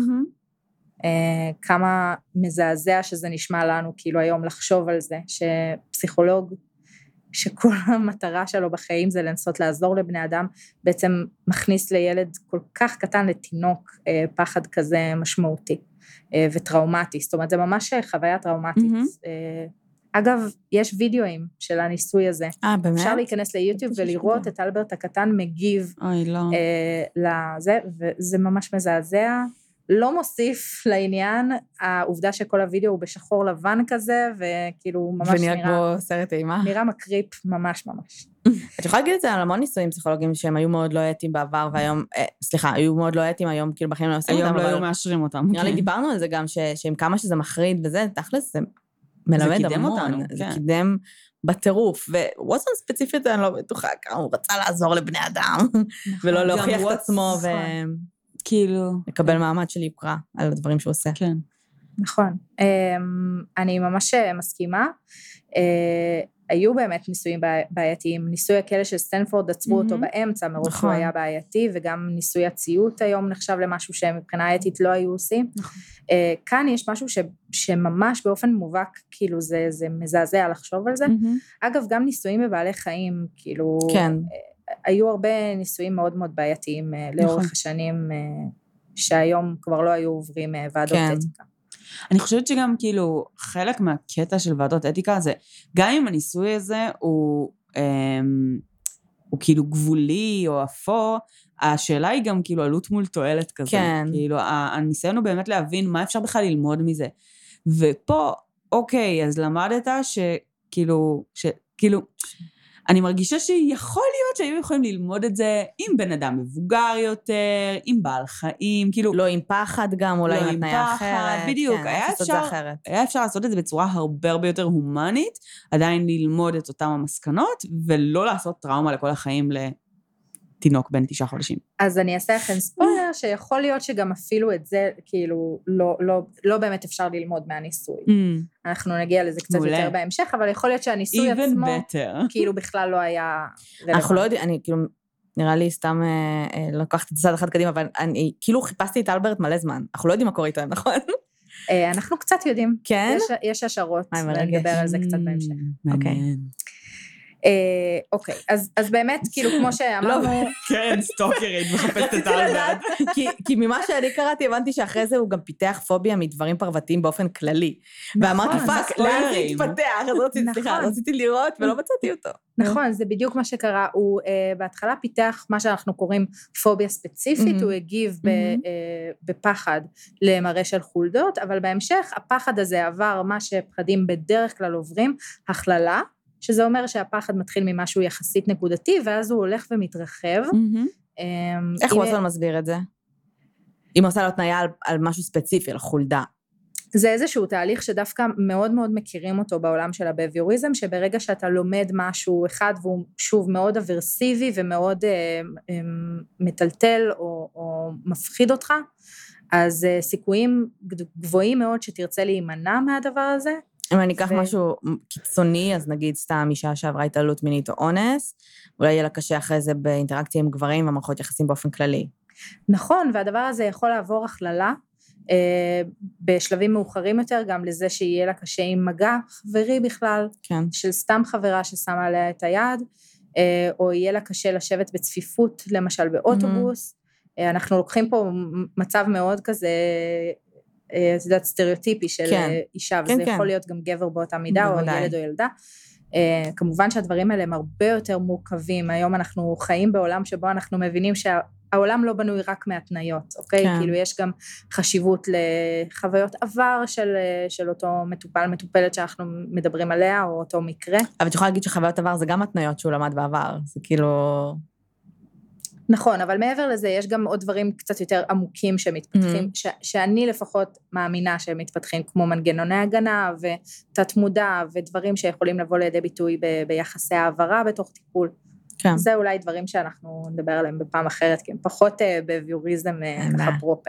כמה מזעזע שזה נשמע לנו, כאילו היום לחשוב על זה, שפסיכולוג, שכל המטרה שלו בחיים זה לנסות לעזור לבני אדם, בעצם מכניס לילד כל כך קטן, לתינוק, פחד כזה משמעותי וטראומטי, זאת אומרת, זה ממש חוויה טראומטית. אגב, יש וידאוים של הניסוי הזה. אה, באמת? אפשר להיכנס ליוטיוב ולראות את אלברט הקטן מגיב אוי, לא. לזה, וזה ממש מזעזע. לא מוסיף לעניין, העובדה שכל הוידאו הוא בשחור לבן כזה, וכאילו ממש נראה... ונראה כמו סרט אימה. נראה מקריפ ממש ממש. את יכולה להגיד את זה על המון ניסויים פסיכולוגיים שהם היו מאוד לא אתיים בעבר, והיום, אה, סליחה, היו מאוד לא אתיים היום, כאילו בחיים לא עושים אותם, היום לא אבל היו מאשרים אותם. נראה לי כן. דיברנו על זה גם, ש- שעם כמה שזה מחריד וזה, תכלס זה מלמד קידם המון. אותנו, זה כן. קידם בטירוף, וווטסון ספציפית אני לא בטוחה, כמה הוא רצה לעזור לבני אדם, ולא גם להוכיח את ווטס- עצמו, כאילו... ולקבל מעמד של יוקרה על הדברים שהוא עושה. כן. נכון. אני ממש מסכימה. היו באמת ניסויים בעייתיים, ניסוי הכלא של סטנפורד עצרו אותו באמצע, מרוב שהוא היה בעייתי, וגם ניסוי הציות היום נחשב למשהו שמבחינה אתית לא היו עושים. כאן יש משהו שממש באופן מובהק, כאילו זה מזעזע לחשוב על זה. אגב, גם ניסויים בבעלי חיים, כאילו... כן. היו הרבה ניסויים מאוד מאוד בעייתיים לאורך השנים, שהיום כבר לא היו עוברים ועדות אתיקה. אני חושבת שגם כאילו חלק מהקטע של ועדות אתיקה זה, גם אם הניסוי הזה הוא, אמ, הוא כאילו גבולי או אפור, השאלה היא גם כאילו עלות מול תועלת כזה. כן. כאילו הניסיון הוא באמת להבין מה אפשר בכלל ללמוד מזה. ופה, אוקיי, אז למדת שכאילו, שכאילו, אני מרגישה שיכול להיות שהיו יכולים ללמוד את זה עם בן אדם מבוגר יותר, עם בעל חיים, כאילו... לא עם פחד גם, אולי לא עם התניה אחרת. בדיוק, כן, היה, אפשר, אפשר, היה אפשר לעשות את זה בצורה הרבה הרבה יותר הומנית, עדיין ללמוד את אותם המסקנות, ולא לעשות טראומה לכל החיים לתינוק בן תשעה חודשים. אז אני אעשה לכם ספוילר, שיכול להיות שגם אפילו את זה, כאילו, לא, לא, לא באמת אפשר ללמוד מהניסוי. Mm. אנחנו נגיע לזה קצת מעולה. יותר בהמשך, אבל יכול להיות שהניסוי Even עצמו, better. כאילו בכלל לא היה רלוונטי. אנחנו לא יודעים, אני כאילו, נראה לי סתם אה, אה, לקחת את הצד אחד קדימה, אבל אני כאילו חיפשתי את אלברט מלא זמן. אנחנו לא יודעים מה קורה איתו, נכון? אה, אנחנו קצת יודעים. כן? יש, יש השערות, ונדבר על זה קצת בהמשך. אוקיי. אה, אוקיי, אז, אז באמת, כאילו, כמו שאמרנו... כן, סטוקרית, מחפשת את אלברט. כי ממה שאני קראתי, הבנתי שאחרי זה הוא גם פיתח פוביה מדברים פרוותיים באופן כללי. ואמרתי, פאק, לאן זה התפתח? אז רציתי, סליחה, רציתי לראות ולא מצאתי אותו. נכון, זה בדיוק מה שקרה. הוא בהתחלה פיתח מה שאנחנו קוראים פוביה ספציפית, הוא הגיב בפחד למראה של חולדות, אבל בהמשך הפחד הזה עבר מה שפחדים בדרך כלל עוברים, הכללה, שזה אומר שהפחד מתחיל ממשהו יחסית נקודתי, ואז הוא הולך ומתרחב. איך ווטסון מסביר את זה? אם עושה לו תניה על, על משהו ספציפי, על חולדה. זה איזשהו תהליך שדווקא מאוד מאוד מכירים אותו בעולם של הבביוריזם, שברגע שאתה לומד משהו אחד, והוא שוב מאוד אברסיבי, ומאוד אה, אה, מטלטל או, או מפחיד אותך, אז אה, סיכויים גבוהים מאוד שתרצה להימנע מהדבר הזה, אם אני אקח משהו קיצוני, אז נגיד סתם אישה שעברה התעללות מינית או אונס, אולי יהיה לה קשה אחרי זה באינטראקציה עם גברים ומערכות יחסים באופן כללי. נכון, והדבר הזה יכול לעבור הכללה, בשלבים מאוחרים יותר, גם לזה שיהיה לה קשה עם מגע חברי בכלל, כן. של סתם חברה ששמה עליה את היד, או יהיה לה קשה לשבת בצפיפות, למשל באוטובוס. Mm-hmm. אנחנו לוקחים פה מצב מאוד כזה, את יודעת, סטריאוטיפי של כן. אישה, וזה כן, יכול כן. להיות גם גבר באותה מידה, בוודאי. או ילד או ילדה. Uh, כמובן שהדברים האלה הם הרבה יותר מורכבים, היום אנחנו חיים בעולם שבו אנחנו מבינים שהעולם לא בנוי רק מהתניות, אוקיי? כן. כאילו יש גם חשיבות לחוויות עבר של, של אותו מטופל, מטופלת שאנחנו מדברים עליה, או אותו מקרה. אבל את יכולה להגיד שחוויות עבר זה גם התניות שהוא למד בעבר, זה כאילו... נכון, אבל מעבר לזה יש גם עוד דברים קצת יותר עמוקים שמתפתחים, mm-hmm. ש- שאני לפחות מאמינה שהם מתפתחים, כמו מנגנוני הגנה ותת מודע ודברים שיכולים לבוא לידי ביטוי ב- ביחסי העברה בתוך טיפול. כן. זה אולי דברים שאנחנו נדבר עליהם בפעם אחרת, כי הם פחות uh, בביוריזם uh, ככה פרופר.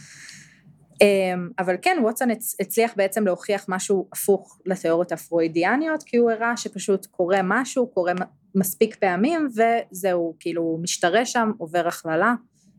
אבל כן, ווטסון הצליח בעצם להוכיח משהו הפוך לתיאוריות הפרוידיאניות, כי הוא הראה שפשוט קורה משהו, קורה מספיק פעמים, וזהו, כאילו, משתרש שם, עובר הכללה,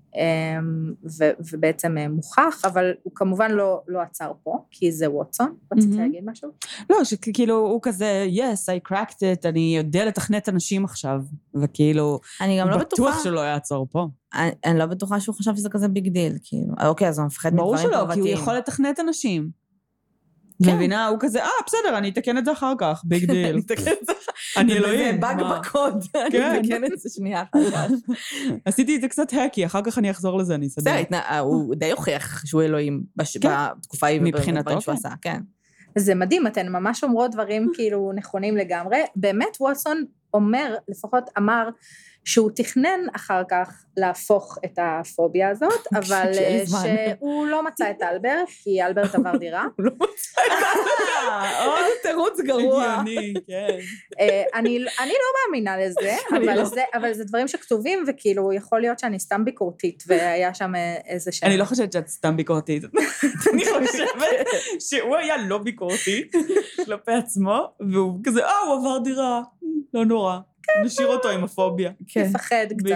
ו- ובעצם מוכח, אבל הוא כמובן לא, לא עצר פה, כי זה ווטסון. רצית mm-hmm. להגיד משהו? לא, שכאילו הוא כזה, yes, I cracked it, אני יודע לתכנת אנשים עכשיו, וכאילו, אני גם הוא לא בטוח בטוחה... שלא יעצור פה. אני, אני לא בטוחה שהוא חשב שזה כזה ביג דיל, כאילו, אוקיי, אז הוא מפחד מדברים פרטיים. ברור שלא, כי הוא יכול לתכנת אנשים. כן. מבינה, הוא כזה, אה, בסדר, אני אתקן את זה אחר כך, ביג דיל. אני אתקן את זה. אני אלוהים. זה באג בקוד, אני אתקן את זה שנייה אחר כך. עשיתי את זה קצת הקי, אחר כך אני אחזור לזה, אני אסדר. הוא די הוכיח שהוא אלוהים בתקופה ההיא ובדברים שהוא עשה, כן. זה מדהים, אתן ממש אומרות דברים כאילו נכונים לגמרי. באמת ווטסון אומר, לפחות אמר, שהוא תכנן אחר כך להפוך את הפוביה הזאת, אבל שהוא לא מצא את אלברט, כי אלברט עבר דירה. הוא לא מצא את אלברט. עוד תירוץ גרוע. הגיוני, כן. אני לא מאמינה לזה, אבל זה דברים שכתובים, וכאילו יכול להיות שאני סתם ביקורתית, והיה שם איזה שם. אני לא חושבת שאת סתם ביקורתית. אני חושבת שהוא היה לא ביקורתי, כלפי עצמו, והוא כזה, אה, הוא עבר דירה, לא נורא. נשאיר אותו עם הפוביה. מפחד קצת.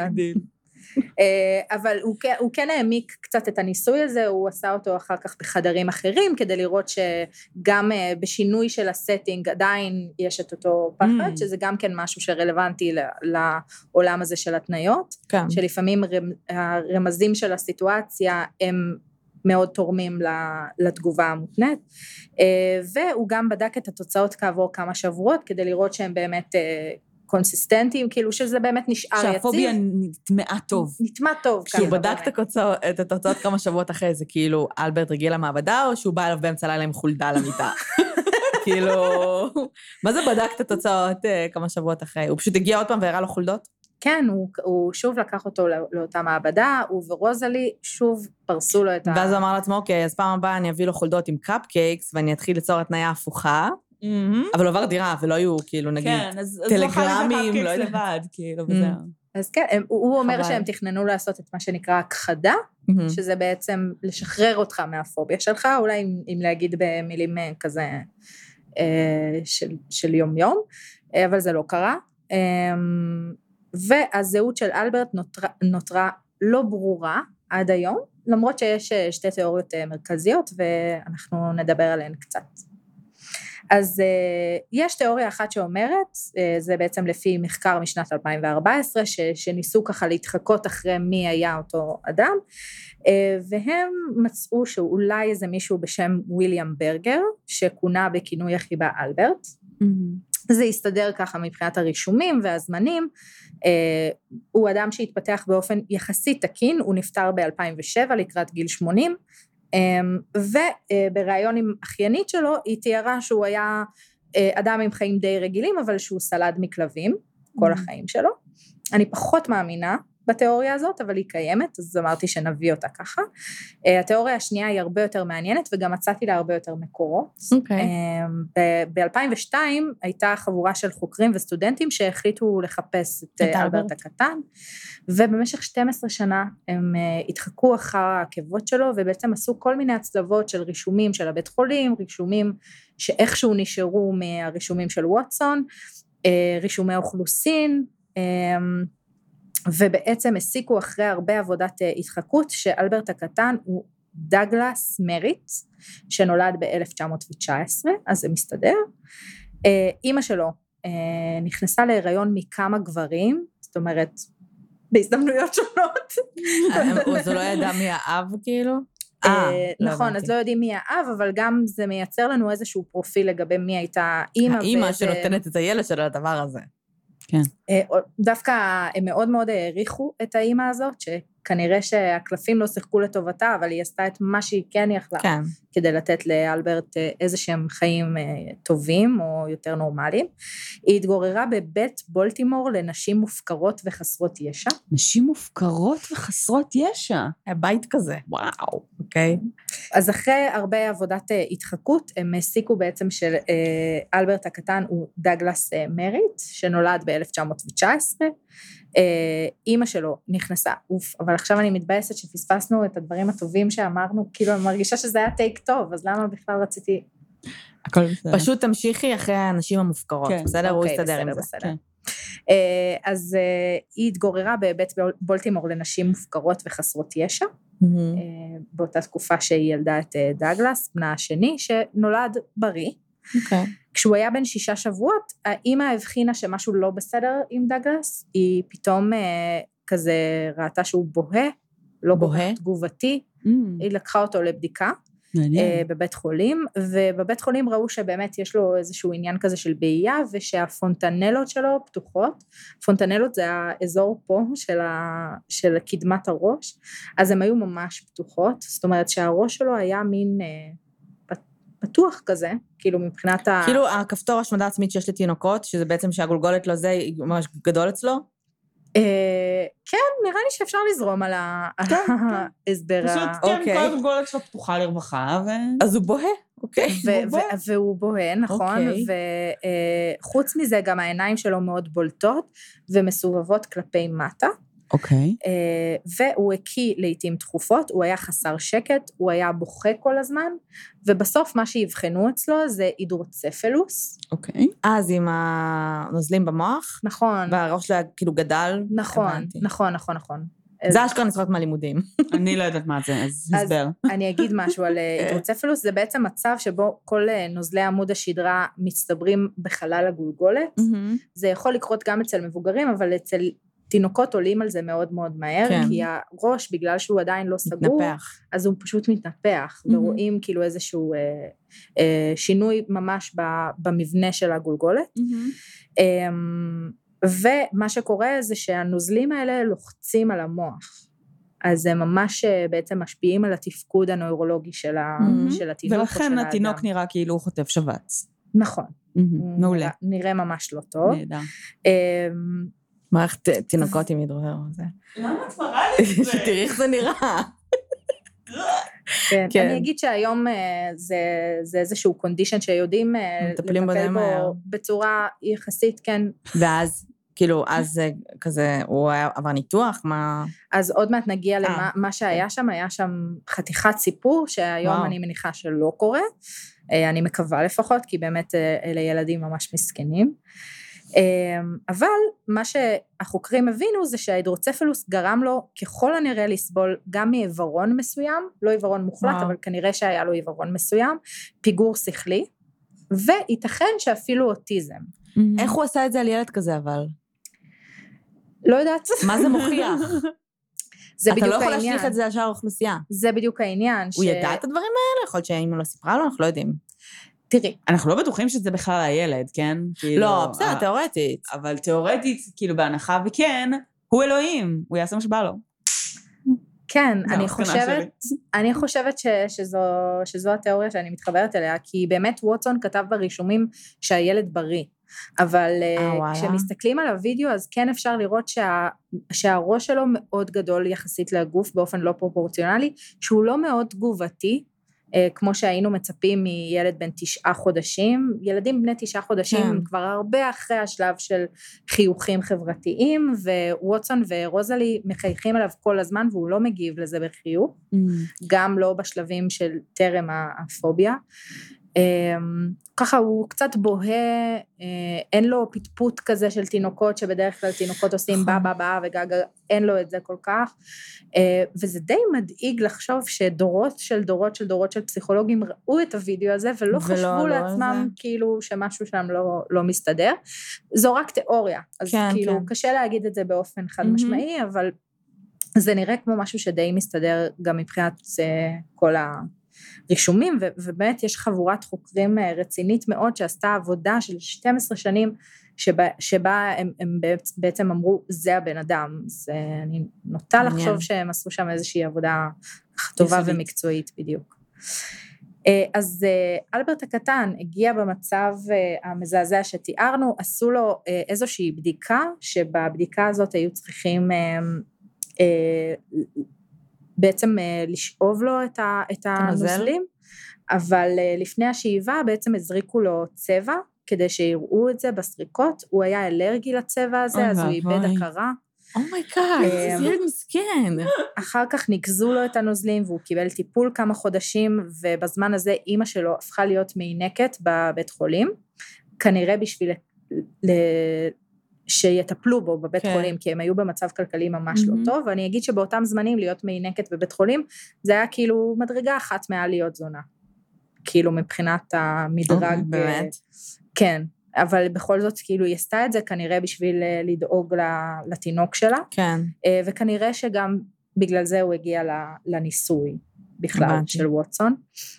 אבל הוא כן העמיק קצת את הניסוי הזה, הוא עשה אותו אחר כך בחדרים אחרים, כדי לראות שגם בשינוי של הסטינג עדיין יש את אותו פחד, שזה גם כן משהו שרלוונטי לעולם הזה של התניות, שלפעמים הרמזים של הסיטואציה הם מאוד תורמים לתגובה המותנית, והוא גם בדק את התוצאות כעבור כמה שבועות, כדי לראות שהם באמת קונסיסטנטיים, כאילו שזה באמת נשאר יציב. שהפוביה נטמעה טוב. נטמע טוב. כשהוא בדק את התוצאות כמה שבועות אחרי זה, כאילו אלברט רגיל למעבדה, או שהוא בא אליו באמצע לילה עם חולדה למיטה? כאילו, מה זה בדק את התוצאות כמה שבועות אחרי? הוא פשוט הגיע עוד פעם והראה לו חולדות? כן, הוא, הוא שוב לקח אותו לא, לאותה מעבדה, הוא ורוזלי שוב פרסו לו את ה... ואז הוא אמר לעצמו, אוקיי, אז פעם הבאה אני אביא לו חולדות עם קאפקייקס, ואני אתחיל ליצור התניה הפוכה, אבל הוא עבר דירה, ולא היו, כאילו, נגיד, טלגרמים, לא לבד, כאילו, וזהו. אז כן, הוא אומר שהם תכננו לעשות את מה שנקרא הכחדה, שזה בעצם לשחרר אותך מהפוביה שלך, אולי אם להגיד במילים כזה של יום-יום, אבל זה לא קרה. והזהות של אלברט נותרה, נותרה לא ברורה עד היום, למרות שיש שתי תיאוריות מרכזיות, ואנחנו נדבר עליהן קצת. אז יש תיאוריה אחת שאומרת, זה בעצם לפי מחקר משנת אלפיים וארבע עשרה, ש, שניסו ככה להתחקות אחרי מי היה אותו אדם, והם מצאו שאולי זה מישהו בשם וויליאם ברגר, שכונה בכינוי החיבה אלברט, mm-hmm. זה הסתדר ככה מבחינת הרישומים והזמנים, הוא אדם שהתפתח באופן יחסית תקין, הוא נפטר ב-אלפיים ושבע לקראת גיל שמונים, ובראיון עם אחיינית שלו היא תיארה שהוא היה אדם עם חיים די רגילים, אבל שהוא סלד מכלבים כל החיים שלו. אני פחות מאמינה בתיאוריה הזאת, אבל היא קיימת, אז אמרתי שנביא אותה ככה. התיאוריה השנייה היא הרבה יותר מעניינת, וגם מצאתי לה הרבה יותר מקורות. אוקיי. ב-אלפיים ושתיים הייתה חבורה של חוקרים וסטודנטים שהחליטו לחפש את אלברט הקטן, ובמשך שתים עשרה שנה הם התחקו אחר העקבות שלו, ובעצם עשו כל מיני הצלבות של רישומים של הבית חולים, רישומים שאיכשהו נשארו מהרישומים של ווטסון, רישומי אוכלוסין, ובעצם הסיקו אחרי הרבה עבודת התחקות, שאלברט הקטן הוא דאגלס מריט, שנולד ב-אלף תשע מאות תשע עשרה, אז זה מסתדר. אימא שלו נכנסה להיריון מכמה גברים, זאת אומרת, בהזדמנויות שונות. אז הוא לא ידע מי האב כאילו? נכון, אז לא יודעים מי האב, אבל גם זה מייצר לנו איזשהו פרופיל לגבי מי הייתה אימא. האימא שנותנת את הילד שלו לדבר הזה. כן. דווקא הם מאוד מאוד העריכו את האימא הזאת, שכנראה שהקלפים לא שיחקו לטובתה, אבל היא עשתה את מה שהיא כן יכלה, כן. כדי לתת לאלברט איזה שהם חיים טובים או יותר נורמליים. היא התגוררה בבית בולטימור לנשים מופקרות וחסרות ישע. נשים מופקרות וחסרות ישע? הבית כזה. וואו. אוקיי. אז אחרי הרבה עבודת התחקות, הם הסיקו בעצם של אלברט הקטן הוא דאגלס מריט, שנולד ב-אלף תשע מאות תשע עשרה, אימא שלו נכנסה, אוף, אבל עכשיו אני מתבאסת שפספסנו את הדברים הטובים שאמרנו, כאילו אני מרגישה שזה היה טייק טוב, אז למה בכלל רציתי... הכל בסדר. פשוט תמשיכי אחרי האנשים המופקרות, בסדר? הוא יסתדר עם זה. אז היא התגוררה בבית בולטימור לנשים מופקרות וחסרות ישע, באותה תקופה שהיא ילדה את דאגלס, בנה השני, שנולד בריא. כשהוא היה בן שישה שבועות, האמא הבחינה שמשהו לא בסדר עם דאגלס, היא פתאום כזה ראתה שהוא בוהה, לא בוהה, תגובתי, היא לקחה אותו לבדיקה, בבית חולים, ובבית חולים ראו שבאמת יש לו איזשהו עניין כזה של בעיה, ושהפונטנלות שלו פתוחות, פונטנלות זה האזור פה של, ה, של קדמת הראש, אז הן היו ממש פתוחות, זאת אומרת שהראש שלו היה מין פתוח כזה, כאילו מבחינת ה... כאילו הכפתור השמדה עצמית שיש לתינוקות, שזה בעצם שהגולגולת לו זה, היא ממש גדול אצלו? כן, נראה לי שאפשר לזרום על ההסבר. פשוט, כן, כל הגולגולת שלו פתוחה לרווחה, ו... אז הוא בוהה, אוקיי. והוא בוהה, נכון, וחוץ מזה גם העיניים שלו מאוד בולטות, ומסובבות כלפי מטה. אוקיי. והוא הקיא לעתים תכופות, הוא היה חסר שקט, הוא היה בוכה כל הזמן, ובסוף מה שיבחנו אצלו זה הידרוצפלוס. אוקיי. אז עם הנוזלים במוח? נכון. והראש שלו כאילו גדל? נכון, נכון, נכון, נכון. זה אשכרה נצחק מהלימודים. אני לא יודעת מה זה, אז הסבר. אני אגיד משהו על הידרוצפלוס, זה בעצם מצב שבו כל נוזלי עמוד השדרה מצטברים בחלל הגולגולת, זה יכול לקרות גם אצל מבוגרים, אבל אצל תינוקות עולים על זה מאוד מאוד מהר, כן. כי הראש, בגלל שהוא עדיין לא סגור, מתנפח. אז הוא פשוט מתנפח, mm-hmm. ורואים כאילו איזשהו אה, אה, שינוי ממש במבנה של הגולגולת. Mm-hmm. אה, ומה שקורה זה שהנוזלים האלה לוחצים על המוח, אז הם ממש בעצם משפיעים על התפקוד הנוירולוגי של, ה, mm-hmm. של התינוק או של האדם. ולכן התינוק נראה כאילו הוא חוטף שבץ. נכון. Mm-hmm. מעולה. נראה ממש לא טוב. נהדר. אה, מערכת תינוקות עם הידרואר הזה. למה את מראה לי את זה? שתראי איך זה נראה. כן, אני אגיד שהיום זה איזשהו קונדישן שיודעים לטפל בו בצורה יחסית, כן. ואז, כאילו, אז כזה, הוא עבר ניתוח, מה... אז עוד מעט נגיע למה שהיה שם, היה שם חתיכת סיפור, שהיום אני מניחה שלא קורה, אני מקווה לפחות, כי באמת אלה ילדים ממש מסכנים. אבל מה שהחוקרים הבינו זה שההידרוצפלוס גרם לו ככל הנראה לסבול גם מעיוורון מסוים, לא עיוורון מוחלט, אבל כנראה שהיה לו עיוורון מסוים, פיגור שכלי, וייתכן שאפילו אוטיזם. איך הוא עשה את זה על ילד כזה אבל? לא יודעת. מה זה מוכיח? זה בדיוק העניין. אתה לא יכול להשליך את זה על שאר האוכלוסייה. זה בדיוק העניין. הוא ידע את הדברים האלה? יכול להיות שהאמא לא סיפרה לו, אנחנו לא יודעים. תראי. אנחנו לא בטוחים שזה בכלל הילד, כן? לא, בסדר, תיאורטית. אבל תיאורטית, כאילו בהנחה וכן, הוא אלוהים, הוא יעשה מה שבא לו. כן, אני חושבת, אני חושבת שזו, שזו התיאוריה שאני מתחברת אליה, כי באמת ווטסון כתב ברישומים שהילד בריא, אבל כשמסתכלים על הוידאו, אז כן אפשר לראות שה, שהראש שלו מאוד גדול יחסית לגוף, באופן לא פרופורציונלי, שהוא לא מאוד תגובתי, כמו שהיינו מצפים מילד בן תשעה חודשים, ילדים בני תשעה חודשים הם כבר הרבה אחרי השלב של חיוכים חברתיים, וווטסון ורוזלי מחייכים עליו כל הזמן, והוא לא מגיב לזה בחיוך, גם לא בשלבים של טרם הפוביה, ככה הוא קצת בוהה, אין לו פטפוט כזה של תינוקות, שבדרך כלל תינוקות עושים בא בא בא וגגה, אין לו את זה כל כך, וזה די מדאיג לחשוב שדורות של דורות של דורות של פסיכולוגים ראו את הוידאו הזה, ולא חשבו לעצמם כאילו שמשהו שם לא מסתדר, זו רק תיאוריה, אז כאילו קשה להגיד את זה באופן חד משמעי, אבל זה נראה כמו משהו שדי מסתדר גם מבחינת כל ה... רישומים, ובאמת יש חבורת חוקרים רצינית מאוד, שעשתה עבודה של שתים עשרה שנים, שבה, שבה הם, הם בעצם אמרו, זה הבן אדם, אז אני נוטה לחשוב שהם עשו שם איזושהי עבודה טובה ומקצועית בדיוק. אז אלברט הקטן הגיע במצב המזעזע שתיארנו, עשו לו איזושהי בדיקה, שבבדיקה הזאת היו צריכים בעצם לשאוב לו את, ה, את הנוזלים, אבל לפני השאיבה בעצם הזריקו לו צבע, כדי שיראו את זה בסריקות, הוא היה אלרגי לצבע הזה, אז הוא איבד הכרה. אומייגאד, זה ילד מסכן. אחר כך נגזו לו את הנוזלים, והוא קיבל טיפול כמה חודשים, ובזמן הזה אימא שלו הפכה להיות מעינקת בבית חולים, כנראה בשביל ל... שיטפלו בו בבית okay. חולים, כי הם היו במצב כלכלי ממש mm-hmm. לא טוב, ואני אגיד שבאותם זמנים להיות מעינקת בבית חולים, זה היה כאילו מדרגה אחת מעל להיות זונה, כאילו מבחינת המדרג, okay, באמת? כן, אבל בכל זאת כאילו היא עשתה את זה, כנראה בשביל לדאוג לתינוק שלה, כן. וכנראה שגם בגלל זה הוא הגיע לניסוי בכלל של ווטסון.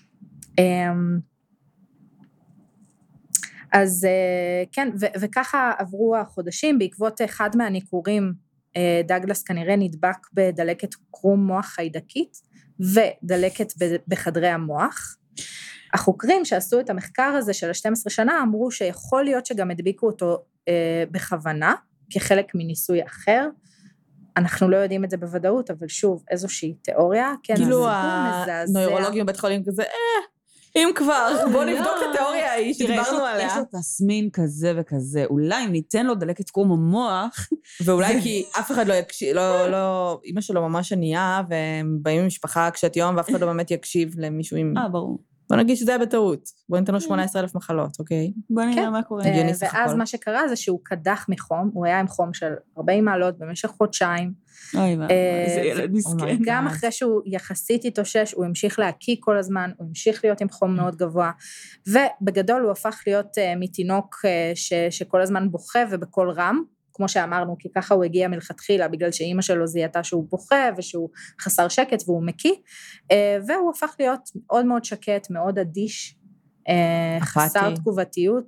אז כן, ו- וככה עברו החודשים, בעקבות אחד מהניקורים, דגלס כנראה נדבק בדלקת קרום מוח חיידקית, ודלקת בחדרי המוח. החוקרים שעשו את המחקר הזה של ה-שתים עשרה שנה, אמרו שיכול להיות שגם הדביקו אותו בכוונה, כחלק מניסוי אחר, אנחנו לא יודעים את זה בוודאות, אבל שוב, איזושהי תיאוריה, כן, כאילו הנוירולוגים בבית חולים כזה, אה, אם כבר, בוא נבדוק את התיאוריה ההיא שדיברנו עליה. יש לו תסמין כזה וכזה, אולי אם ניתן לו דלקת קרום המוח, ואולי כי אף אחד לא יקשיב, לא, לא, אמא שלו ממש ענייה, והם באים ממשפחה קשת יום, ואף אחד לא באמת יקשיב למישהו עם... אה, ברור. בוא נגיד שזה היה בטעות, בוא ניתן לו שמונה עשרה אלף מחלות, אוקיי? בוא נראה מה קורה. ואז מה שקרה זה שהוא קדח מחום, הוא היה עם חום של ארבעים מעלות במשך חודשיים. אוי מה, איזה ילד מסכן. גם אחרי שהוא יחסית התאושש, הוא המשיך להקיא כל הזמן, הוא המשיך להיות עם חום מאוד גבוה, ובגדול הוא הפך להיות מתינוק שכל הזמן בוכה ובכל רם, כמו שאמרנו, כי ככה הוא הגיע מלכתחילה, בגלל שאימא שלו זיהתה שהוא בוכה, ושהוא חסר שקט והוא מקיא, והוא הפך להיות מאוד מאוד שקט, מאוד אדיש, חסר תגובתיות,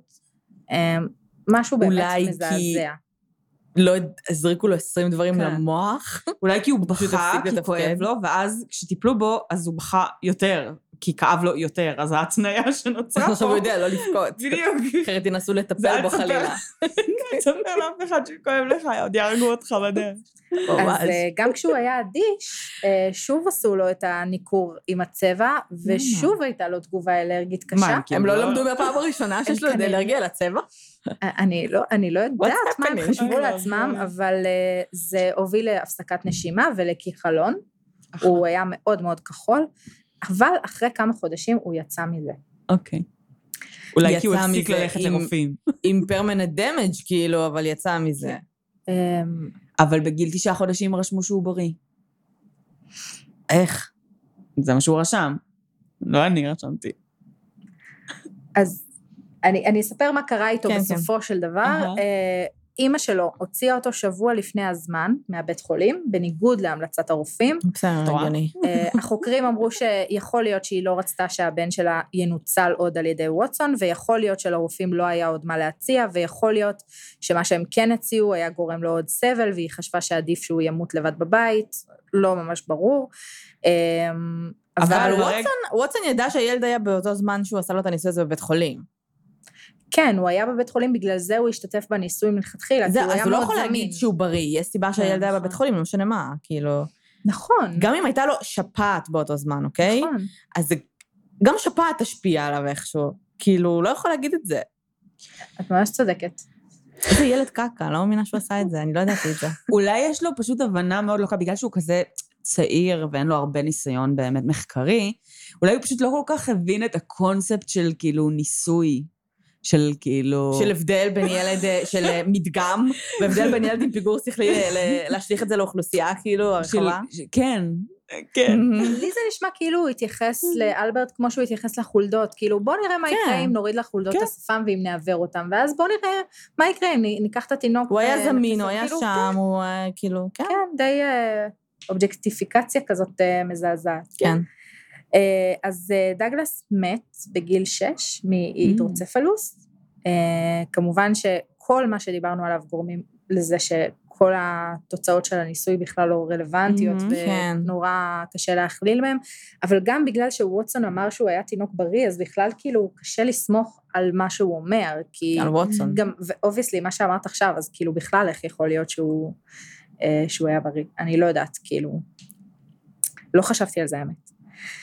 משהו באמת מזעזע. לא הזריקו לו עשרים דברים למוח. אולי כי הוא בכה, כי כואב לו, ואז כשטיפלו בו, אז הוא בכה יותר, כי כאב לו יותר, אז ההתניה שנוצרה פה. עכשיו הוא יודע, לא לבכות. בדיוק. אחרת ינסו לטפל בו חלילה. תספר לאף אחד שכואב לך, עוד יהרגו אותך בדרך. אז גם כשהוא היה אדיש, שוב עשו לו את הניקור עם הצבע, ושוב הייתה לו תגובה אלרגית קשה. הם לא למדו מהפעם הראשונה שיש לו אלרגיה לצבע? אני לא יודעת מה הם חשבו לעצמם, אבל זה הוביל להפסקת נשימה ולכיחלון, הוא היה מאוד מאוד כחול, אבל אחרי כמה חודשים הוא יצא מזה. אוקיי. אולי כי הוא הפסיק ללכת לרופאים. עם permanent damage כאילו, אבל יצא מזה. אבל בגיל תשעה חודשים רשמו שהוא בריא. איך? זה מה שהוא רשם. לא אני רשמתי. אז אני, אני אספר מה קרה איתו כן, בסופו כן. של דבר. Uh-huh. אמא שלו הוציאה אותו שבוע לפני הזמן מהבית חולים, בניגוד להמלצת הרופאים. בסדר, הגיוני. החוקרים אמרו שיכול להיות שהיא לא רצתה שהבן שלה ינוצל עוד על ידי ווטסון, ויכול להיות שלרופאים לא היה עוד מה להציע, ויכול להיות שמה שהם כן הציעו היה גורם לו עוד סבל, והיא חשבה שעדיף שהוא ימות לבד בבית, לא ממש ברור. אבל, אבל ווטסון, ווטסון ידע שהילד היה באותו זמן שהוא עשה לו את הניסוי הזה בבית חולים. כן, הוא היה בבית חולים, בגלל זה הוא השתתף בניסוי מלכתחילה, כי הוא היה מאוד זמין. אז הוא לא יכול להגיד שהוא בריא, יש סיבה שהילד היה בבית חולים, לא משנה מה, כאילו... נכון. גם אם הייתה לו שפעת באותו זמן, אוקיי? נכון. אז גם שפעת תשפיע עליו איכשהו, כאילו, הוא לא יכול להגיד את זה. את ממש צודקת. איזה ילד קקה, לא מאמינה שהוא עשה את זה, אני לא יודעת את זה. אולי יש לו פשוט הבנה מאוד לוקה, בגלל שהוא כזה... צעיר, ואין לו הרבה ניסיון באמת מחקרי, אולי הוא פשוט לא כל כך הבין את הקונספט של כאילו ניסוי, של כאילו... של הבדל בין ילד, של מדגם, והבדל בין ילד עם פיגור שכלי, להשליך את זה לאוכלוסייה, כאילו, הרחבה. כן, כן. לי זה נשמע כאילו הוא התייחס לאלברט כמו שהוא התייחס לחולדות, כאילו בוא נראה מה יקרה אם נוריד לחולדות את השפם ואם נעבר אותם, ואז בוא נראה מה יקרה אם ניקח את התינוק. הוא היה זמין, הוא היה שם, הוא כאילו, כן. כן, די אובג'קטיפיקציה כזאת מזעזעת. כן. אז דגלס מת בגיל שש מהידרוצפלוס, כמובן שכל מה שדיברנו עליו גורמים לזה שכל התוצאות של הניסוי בכלל לא רלוונטיות, ונורא קשה להכליל מהם, אבל גם בגלל שווטסון אמר שהוא היה תינוק בריא, אז בכלל כאילו קשה לסמוך על מה שהוא אומר, כי... על ווטסון. גם, ואובייסלי, מה שאמרת עכשיו, אז כאילו בכלל איך יכול להיות שהוא, שהוא היה בריא, אני לא יודעת, כאילו, לא חשבתי על זה האמת.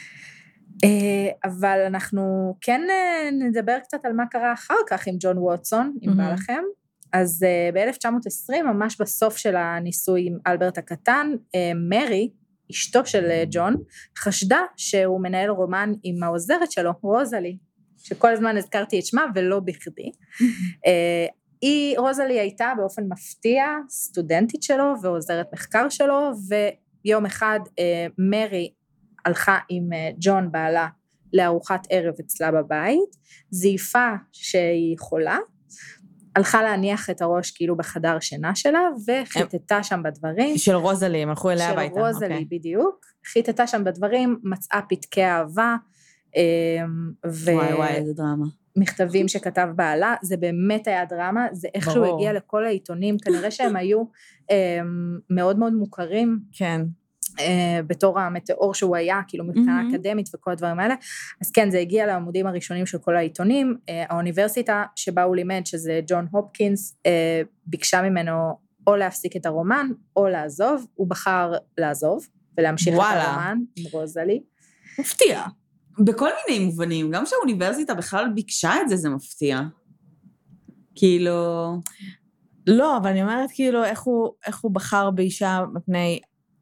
אבל אנחנו כן נדבר קצת על מה קרה אחר כך עם ג'ון ווטסון, אם בא לכם. אז ב-אלף תשע מאות עשרים, ממש בסוף של הניסוי עם אלברט הקטן, מרי, אשתו של ג'ון, חשדה שהוא מנהל רומן עם העוזרת שלו, רוזלי, שכל הזמן הזכרתי את שמה ולא בכדי. היא, רוזלי הייתה באופן מפתיע סטודנטית שלו ועוזרת מחקר שלו, ויום אחד מרי הלכה עם ג'ון בעלה לארוחת ערב אצלה בבית, זייפה שהיא חולה, הלכה להניח את הראש כאילו בחדר שינה שלה, וחיטטה שם בדברים. של רוזלי, הם הלכו אליה הביתה. של רוזלי, בדיוק. חיטטה שם בדברים, מצאה פתקי אהבה, וואי וואי, איזה דרמה. מכתבים שכתב בעלה, זה באמת היה דרמה, זה איכשהו הגיע לכל העיתונים, כנראה שהם היו מאוד מאוד מוכרים. כן. בתור המטאור שהוא היה, כאילו מבחינה אקדמית וכל הדברים האלה, אז כן, זה הגיע לעמודים הראשונים של כל העיתונים, האוניברסיטה שבה הוא לימד, שזה ג'ון הופקינס, ביקשה ממנו או להפסיק את הרומן, או לעזוב, הוא בחר לעזוב, ולהמשיך את הרומן עם רוזלי. מפתיע. בכל מיני מובנים, גם שהאוניברסיטה בכלל ביקשה את זה, זה מפתיע. כאילו... לא, אבל אני אומרת כאילו, איך הוא, איך הוא בחר באישה מפני...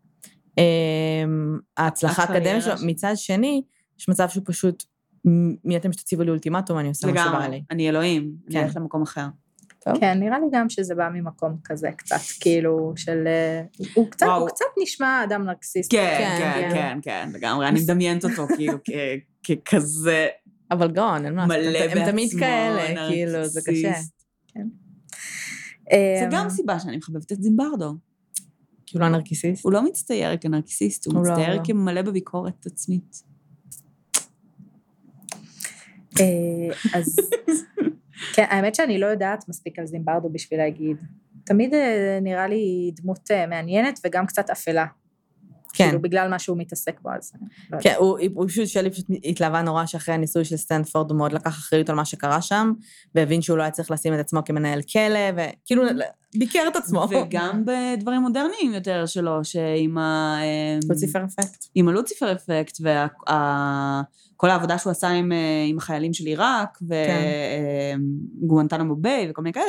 ההצלחה האקדמית שלו, מצד שני, יש מצב שהוא פשוט, מי אתם שתציבו לי אולטימטום, אני עושה מה שבא עלי. אני אלוהים, אני הולך למקום אחר. כן, נראה לי גם שזה בא ממקום כזה קצת, כאילו, של... הוא קצת נשמע אדם נרקסיסט. כן, כן, כן, כן, לגמרי, אני מדמיינת אותו כאילו ככזה... אבל גאון, אין מה, הם תמיד כאלה, כאילו, זה קשה. זה גם סיבה שאני מחבבת את זימברדו. כי הוא לא נרקיסיסט? הוא לא מצטייר כנרקיסיסט, הוא מצטייר כמלא בביקורת עצמית. אז, כן, האמת שאני לא יודעת מספיק על זימברדו בשביל להגיד. תמיד נראה לי דמות מעניינת וגם קצת אפלה. כן. כאילו בגלל מה שהוא מתעסק בו, אז... כן, הוא פשוט, שלי פשוט התלהבה נורא שאחרי הניסוי של סטנפורד, הוא מאוד לקח אחריות על מה שקרה שם, והבין שהוא לא היה צריך לשים את עצמו כמנהל כלא, וכאילו ביקר את עצמו. וגם בדברים מודרניים יותר שלו, שעם ה... לוציפר אפקט. עם הלוציפר אפקט, וכל העבודה שהוא עשה עם החיילים של עיראק, וגואנטנמו ביי, וכל מיני כאלה,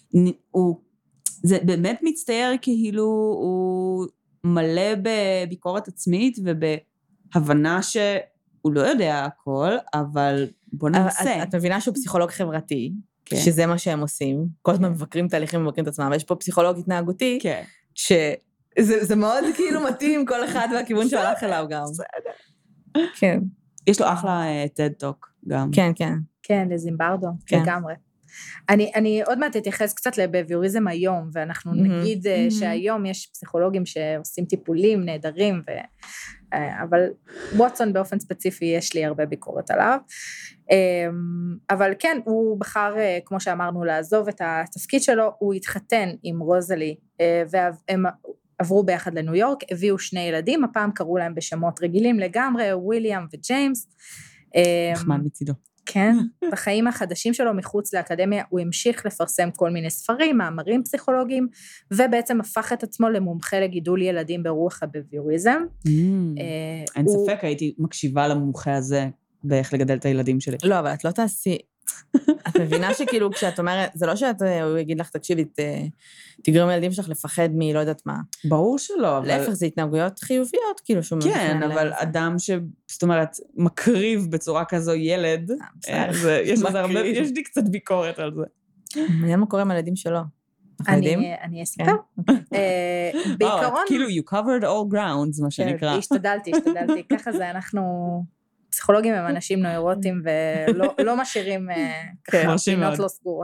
זה באמת מצטייר כאילו הוא... מלא בביקורת עצמית ובהבנה שהוא לא יודע הכל, אבל בוא ננסה. את, את מבינה שהוא פסיכולוג חברתי, כן. שזה מה שהם עושים, כל הזמן מבקרים תהליכים ומבקרים את עצמם, ויש פה פסיכולוג התנהגותי, כן. שזה זה מאוד כאילו מתאים כל אחד והכיוון שהלך אליו גם. כן. יש לו אחלה טד טוק גם. כן, כן. כן, לזימברדו, כן. לגמרי. אני, אני עוד מעט אתייחס קצת לבביוריזם היום, ואנחנו mm-hmm. נגיד mm-hmm. שהיום יש פסיכולוגים שעושים טיפולים נהדרים, ו... אבל ווטסון באופן ספציפי יש לי הרבה ביקורת עליו, אבל כן, הוא בחר, כמו שאמרנו, לעזוב את התפקיד שלו, הוא התחתן עם רוזלי, והם עברו ביחד לניו יורק, הביאו שני ילדים, הפעם קראו להם בשמות רגילים לגמרי, וויליאם וג'יימס. נחמד מצידו. כן, בחיים החדשים שלו מחוץ לאקדמיה, הוא המשיך לפרסם כל מיני ספרים, מאמרים פסיכולוגיים, ובעצם הפך את עצמו למומחה לגידול ילדים ברוח הבביוריזם. אין ספק, הייתי מקשיבה למומחה הזה, באיך לגדל את הילדים שלי. לא, אבל את לא תעשי, את מבינה שכאילו כשאת אומרת, זה לא שאת, הוא יגיד לך, תקשיבי, תגרום לילדים שלך לפחד מי לא יודעת מה. ברור שלא, אבל... להפך, זה התנהגויות חיוביות, כאילו, שהוא כן, אבל אדם ש... זאת אומרת, מקריב בצורה כזו ילד, יש לי קצת ביקורת על זה. מעניין מה קורה עם הילדים שלו. אני אספר. בעיקרון... כאילו, you covered all grounds, מה שנקרא. השתדלתי, השתדלתי. ככה זה, אנחנו... פסיכולוגים הם אנשים נוירוטים ולא משאירים ככה פינות לא סגורות.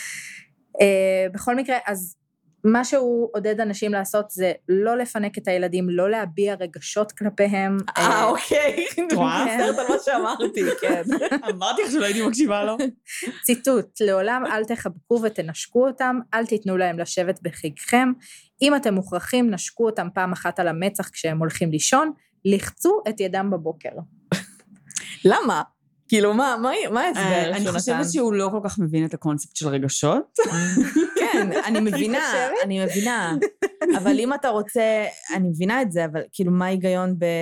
בכל מקרה, אז מה שהוא עודד אנשים לעשות זה לא לפנק את הילדים, לא להביע רגשות כלפיהם. אה, אוקיי. תרועה, סרט על מה שאמרתי, כן. אמרתי לך שלא הייתי מקשיבה לו. ציטוט, לעולם אל תחבקו ותנשקו אותם, אל תיתנו להם לשבת בחיקכם. אם אתם מוכרחים, נשקו אותם פעם אחת על המצח כשהם הולכים לישון, לחצו את ידם בבוקר. למה? כאילו, מה, מה ההסבר? אני חושבת שהוא לא כל כך מבין את הקונספט של רגשות. כן, אני מבינה, אני מבינה. אבל אם אתה רוצה, אני מבינה את זה, אבל כאילו, מה ההיגיון ב...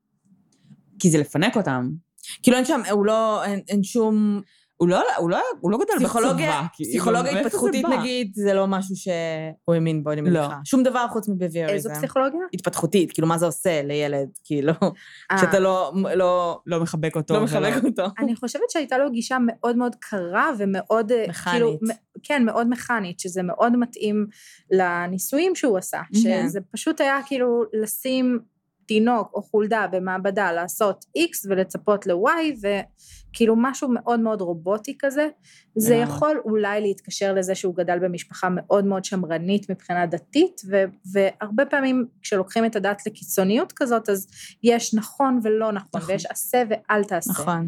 כי זה לפנק אותם. כאילו, אין שם, הוא לא, אין שום... הוא לא, הוא לא, הוא לא גדל בצבא. פסיכולוגיה התפתחותית, נגיד, זה לא משהו שהוא האמין בו, אני מניחה. שום דבר חוץ מבביוריזם. איזו פסיכולוגיה? התפתחותית, כאילו, מה זה עושה לילד, כאילו, שאתה לא, לא... לא מחבק אותו. לא מחבק אותו. אני חושבת שהייתה לו גישה מאוד מאוד קרה ומאוד... מכנית. כן, מאוד מכנית, שזה מאוד מתאים לניסויים שהוא עשה, שזה פשוט היה כאילו לשים... תינוק או חולדה במעבדה לעשות X ולצפות ל-Y, וכאילו משהו מאוד מאוד רובוטי כזה, זה יכול אולי להתקשר לזה שהוא גדל במשפחה מאוד מאוד שמרנית מבחינה דתית, והרבה פעמים כשלוקחים את הדת לקיצוניות כזאת, אז יש נכון ולא נכון, ויש עשה ואל תעשה. נכון.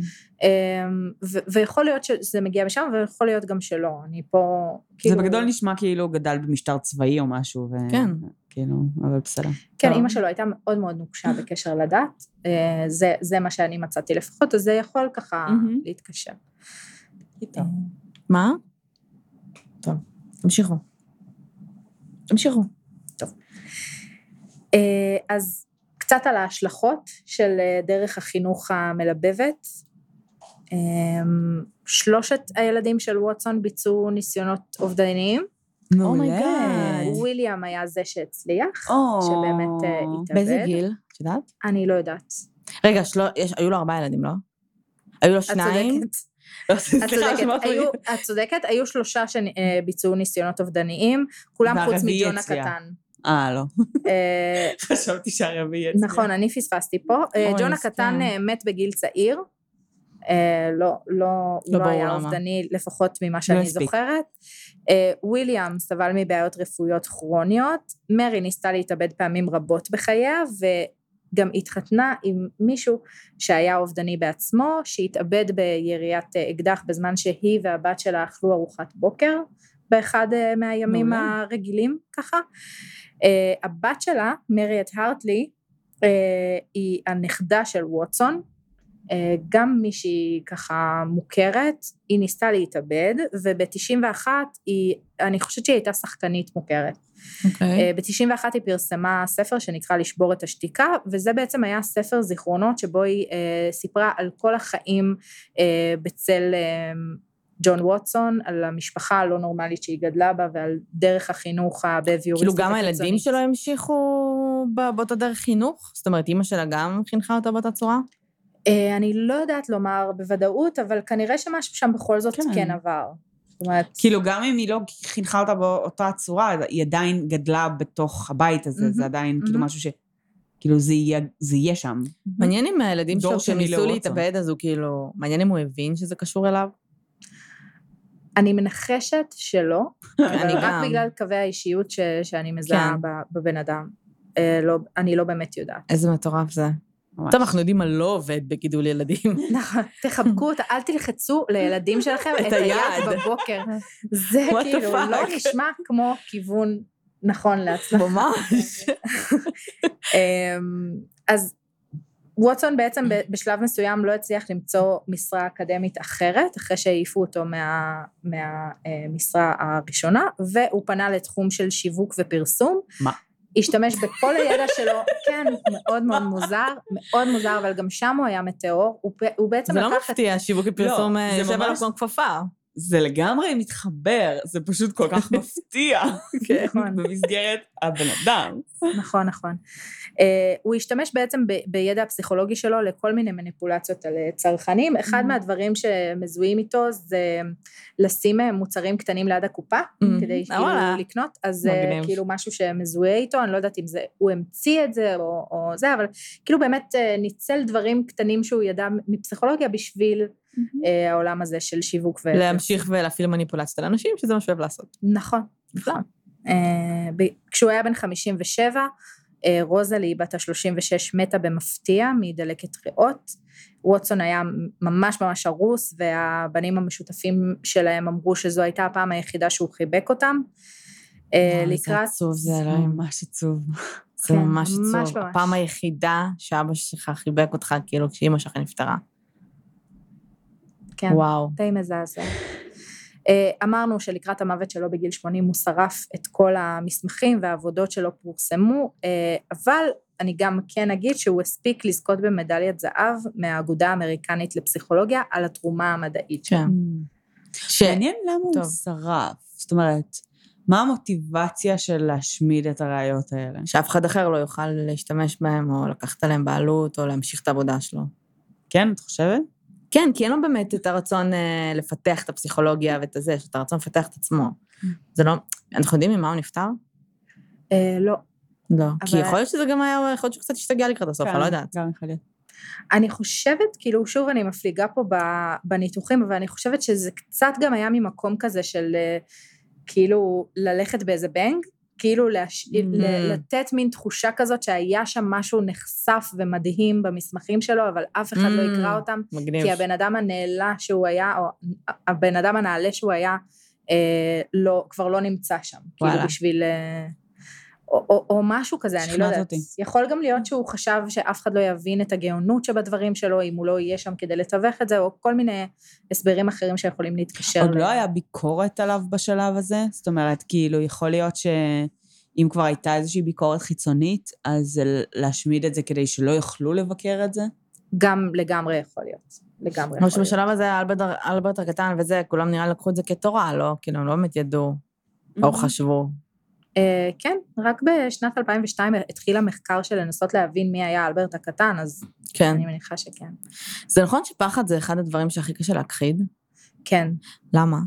ויכול להיות שזה מגיע משם, ויכול להיות גם שלא. אני פה... זה בגדול נשמע כאילו הוא גדל במשטר צבאי או משהו. כן. כאילו, אבל בסדר. כן, אמא שלו הייתה מאוד מאוד נוקשה בקשר לדת, זה, זה מה שאני מצאתי לפחות, אז זה יכול ככה להתקשר. מה? טוב, תמשיכו. תמשיכו. טוב. אז קצת על ההשלכות של דרך החינוך המלבבת. שלושת הילדים של ווטסון ביצעו ניסיונות אובדניים, אומייגאד. וויליאם היה זה שהצליח, שבאמת התאבד. באיזה גיל? את יודעת? אני לא יודעת. רגע, היו לו ארבעה ילדים, לא? היו לו שניים? את צודקת. את צודקת, היו שלושה שביצעו ניסיונות אובדניים, כולם חוץ מג'ון הקטן. אה, לא. חשבתי שהרביעי יצליח. נכון, אני פספסתי פה. ג'ון הקטן מת בגיל צעיר, לא, לא, לא היה אובדני, לפחות ממה שאני זוכרת. וויליאם סבל מבעיות רפואיות כרוניות, מרי ניסתה להתאבד פעמים רבות בחייה, וגם התחתנה עם מישהו שהיה אובדני בעצמו, שהתאבד ביריית אקדח בזמן שהיא והבת שלה אכלו ארוחת בוקר, באחד מהימים הרגילים ככה. הבת שלה, מריאט הרטלי, היא הנכדה של ווטסון, גם מישהי ככה מוכרת, היא ניסתה להתאבד, וב-תשעים ואחת היא, אני חושבת שהיא הייתה שחקנית מוכרת. Okay. ב-תשעים ואחת היא פרסמה ספר שנקרא לשבור את השתיקה, וזה בעצם היה ספר זיכרונות, שבו היא אה, סיפרה על כל החיים אה, בצל אה, ג'ון ווטסון, על המשפחה הלא נורמלית שהיא גדלה בה, ועל דרך החינוך הבביוריסטית. כאילו גם הילדים שלו המשיכו באותה דרך חינוך? זאת אומרת, אמא שלה גם חינכה אותה באותה צורה? אני לא יודעת לומר בוודאות, אבל כנראה שמשהו שם בכל זאת כן עבר. כאילו גם אם היא לא חינכה אותה באותה צורה, היא עדיין גדלה בתוך הבית הזה, זה עדיין כאילו משהו ש... כאילו זה יהיה שם. מעניין אם הילדים שלו שניסו להתאבד, אז הוא כאילו, מעניין אם הוא הבין שזה קשור אליו? אני מנחשת שלא, רק בגלל קווי האישיות שאני מזהה בבן אדם. אני לא באמת יודעת. איזה מטורף זה. טוב, אנחנו יודעים מה לא עובד בגידול ילדים. נכון, תחבקו אותה, אל תלחצו לילדים שלכם את היד בבוקר. זה כאילו לא נשמע כמו כיוון נכון להצלחה. ממש. אז ווטסון בעצם בשלב מסוים לא הצליח למצוא משרה אקדמית אחרת, אחרי שהעיפו אותו מהמשרה הראשונה, והוא פנה לתחום של שיווק ופרסום. מה? השתמש בכל הידע שלו, כן, מאוד מאוד מוזר, מאוד מוזר, אבל גם שם הוא היה מטאור, הוא בעצם לקח את... זה לא מפתיע, שיווק ופרסום יושב על כמו כפפה. זה לגמרי מתחבר, זה פשוט כל כך מפתיע. נכון. במסגרת הבן אדם. נכון, נכון. הוא השתמש בעצם בידע הפסיכולוגי שלו לכל מיני מניפולציות על צרכנים. אחד מהדברים שמזוהים איתו זה לשים מוצרים קטנים ליד הקופה, כדי כאילו לקנות, אז זה כאילו משהו שמזוהה איתו, אני לא יודעת אם זה, הוא המציא את זה או זה, אבל כאילו באמת ניצל דברים קטנים שהוא ידע מפסיכולוגיה בשביל העולם הזה של שיווק. להמשיך ולהפעיל מניפולציות על אנשים, שזה מה שאוהב לעשות. נכון, נכון. כשהוא היה בן חמישים ושבע, רוזלי בת ה-שלושים ושש מתה במפתיע מדלקת ריאות, ווטסון היה ממש ממש הרוס, והבנים המשותפים שלהם אמרו שזו הייתה הפעם היחידה שהוא חיבק אותם. זה עצוב, זה ממש עצוב. זה ממש עצוב. הפעם היחידה שאבא שלך חיבק אותך, כאילו כשאמא שלך נפטרה. כן, די מזעזע. אמרנו שלקראת המוות שלו בגיל שמונים הוא שרף את כל המסמכים והעבודות שלו פורסמו, אבל אני גם כן אגיד שהוא הספיק לזכות במדליית זהב מהאגודה האמריקנית לפסיכולוגיה על התרומה המדעית שלו. מעניין למה הוא שרף, זאת אומרת, מה המוטיבציה של להשמיד את הראיות האלה? שאף אחד אחר לא יוכל להשתמש בהם או לקחת עליהם בעלות או להמשיך את העבודה שלו. כן, את חושבת? כן, כי אין לו באמת את הרצון אה, לפתח את הפסיכולוגיה ואת הזה, שאת הרצון לפתח את עצמו. זה לא, אנחנו יודעים ממה הוא נפטר? אה, לא. לא, אבל... כי יכול להיות שזה גם היה, יכול להיות שהוא קצת השתגע לקראת הסוף, אני לא יודעת. גם יכול להיות. אני חושבת, כאילו, שוב אני מפליגה פה בניתוחים, אבל אני חושבת שזה קצת גם היה ממקום כזה של, כאילו, ללכת באיזה בנג, כאילו להש... mm-hmm. לתת מין תחושה כזאת שהיה שם משהו נחשף ומדהים במסמכים שלו, אבל אף אחד mm-hmm. לא יקרא אותם, מגניב. כי הבן אדם הנעלה שהוא היה, או הבן אדם הנעלה שהוא היה, אה, לא, כבר לא נמצא שם, וואלה. כאילו בשביל, אה, או, או, או משהו כזה, אני לא יודעת. אותי. יכול גם להיות שהוא חשב שאף אחד לא יבין את הגאונות שבדברים שלו, אם הוא לא יהיה שם כדי לתווך את זה, או כל מיני הסברים אחרים שיכולים להתקשר. עוד לא היה ביקורת עליו בשלב הזה? זאת אומרת, כאילו, יכול להיות שאם כבר הייתה איזושהי ביקורת חיצונית, אז להשמיד את זה כדי שלא יוכלו לבקר את זה? גם לגמרי יכול להיות. לגמרי יכול להיות. שבשלב הזה, אלברט הקטן וזה, כולם נראה לקחו את זה כתורה, לא? כאילו, הם לא באמת ידעו, או חשבו. כן, רק בשנת אלפיים ושתיים התחיל המחקר של לנסות להבין מי היה אלברט הקטן, אז כן. אני מניחה שכן. זה נכון שפחד זה אחד הדברים שהכי קשה להכחיד? כן. למה?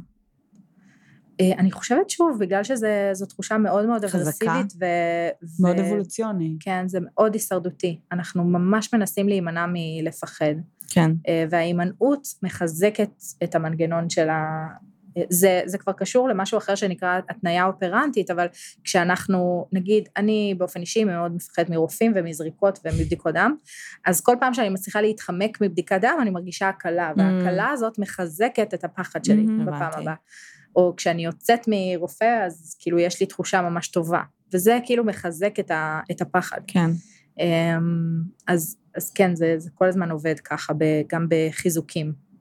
אני חושבת שוב, בגלל שזו תחושה מאוד מאוד אברסיבית. ו... מאוד ו... אבולוציוני. כן, זה מאוד הישרדותי. אנחנו ממש מנסים להימנע מלפחד. כן. וההימנעות מחזקת את המנגנון של ה... זה, זה כבר קשור למשהו אחר שנקרא התניה אופרנטית, אבל כשאנחנו, נגיד, אני באופן אישי מאוד מפחד מרופאים ומזריקות ומבדיקות דם, אז כל פעם שאני מצליחה להתחמק מבדיקת דם, אני מרגישה הקלה, וההקלה הזאת מחזקת את הפחד שלי בפעם הבאה. או כשאני יוצאת מרופא, אז כאילו יש לי תחושה ממש טובה, וזה כאילו מחזק את, ה, את הפחד. כן. אז, אז כן, זה, זה כל הזמן עובד ככה, גם בחיזוקים.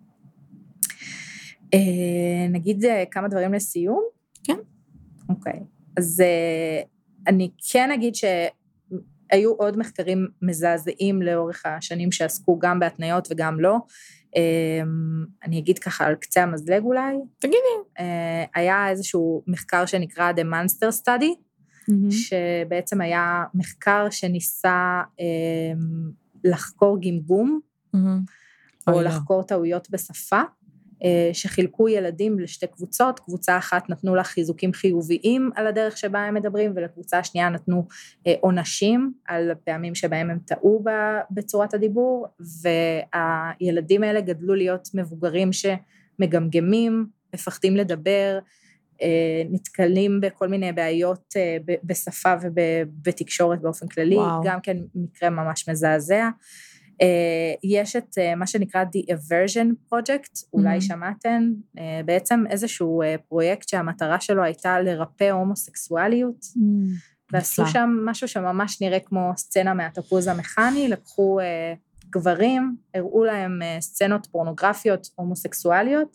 נגיד כמה דברים לסיום? כן. אוקיי. אז אני כן אגיד שהיו עוד מחקרים מזעזעים לאורך השנים שעסקו גם בהתניות וגם לא. אני אגיד ככה על קצה המזלג אולי. תגידי. היה איזשהו מחקר שנקרא The Monster Study, שבעצם היה מחקר שניסה לחקור גמגום, או לחקור טעויות בשפה, שחילקו ילדים לשתי קבוצות, קבוצה אחת נתנו לה חיזוקים חיוביים על הדרך שבה הם מדברים, ולקבוצה השנייה נתנו עונשים על הפעמים שבהם הם טעו בצורת הדיבור, והילדים האלה גדלו להיות מבוגרים שמגמגמים, מפחדים לדבר, נתקלים בכל מיני בעיות בשפה ובתקשורת באופן כללי, וואו. גם כן מקרה ממש מזעזע, יש את מה שנקרא The Aversion Project, אולי mm-hmm. שמעתם, בעצם איזשהו פרויקט שהמטרה שלו הייתה לרפא הומוסקסואליות, mm-hmm. ועשו שם משהו שממש נראה כמו סצנה מהתפוז המכני, לקחו גברים, הראו להם סצנות פורנוגרפיות הומוסקסואליות,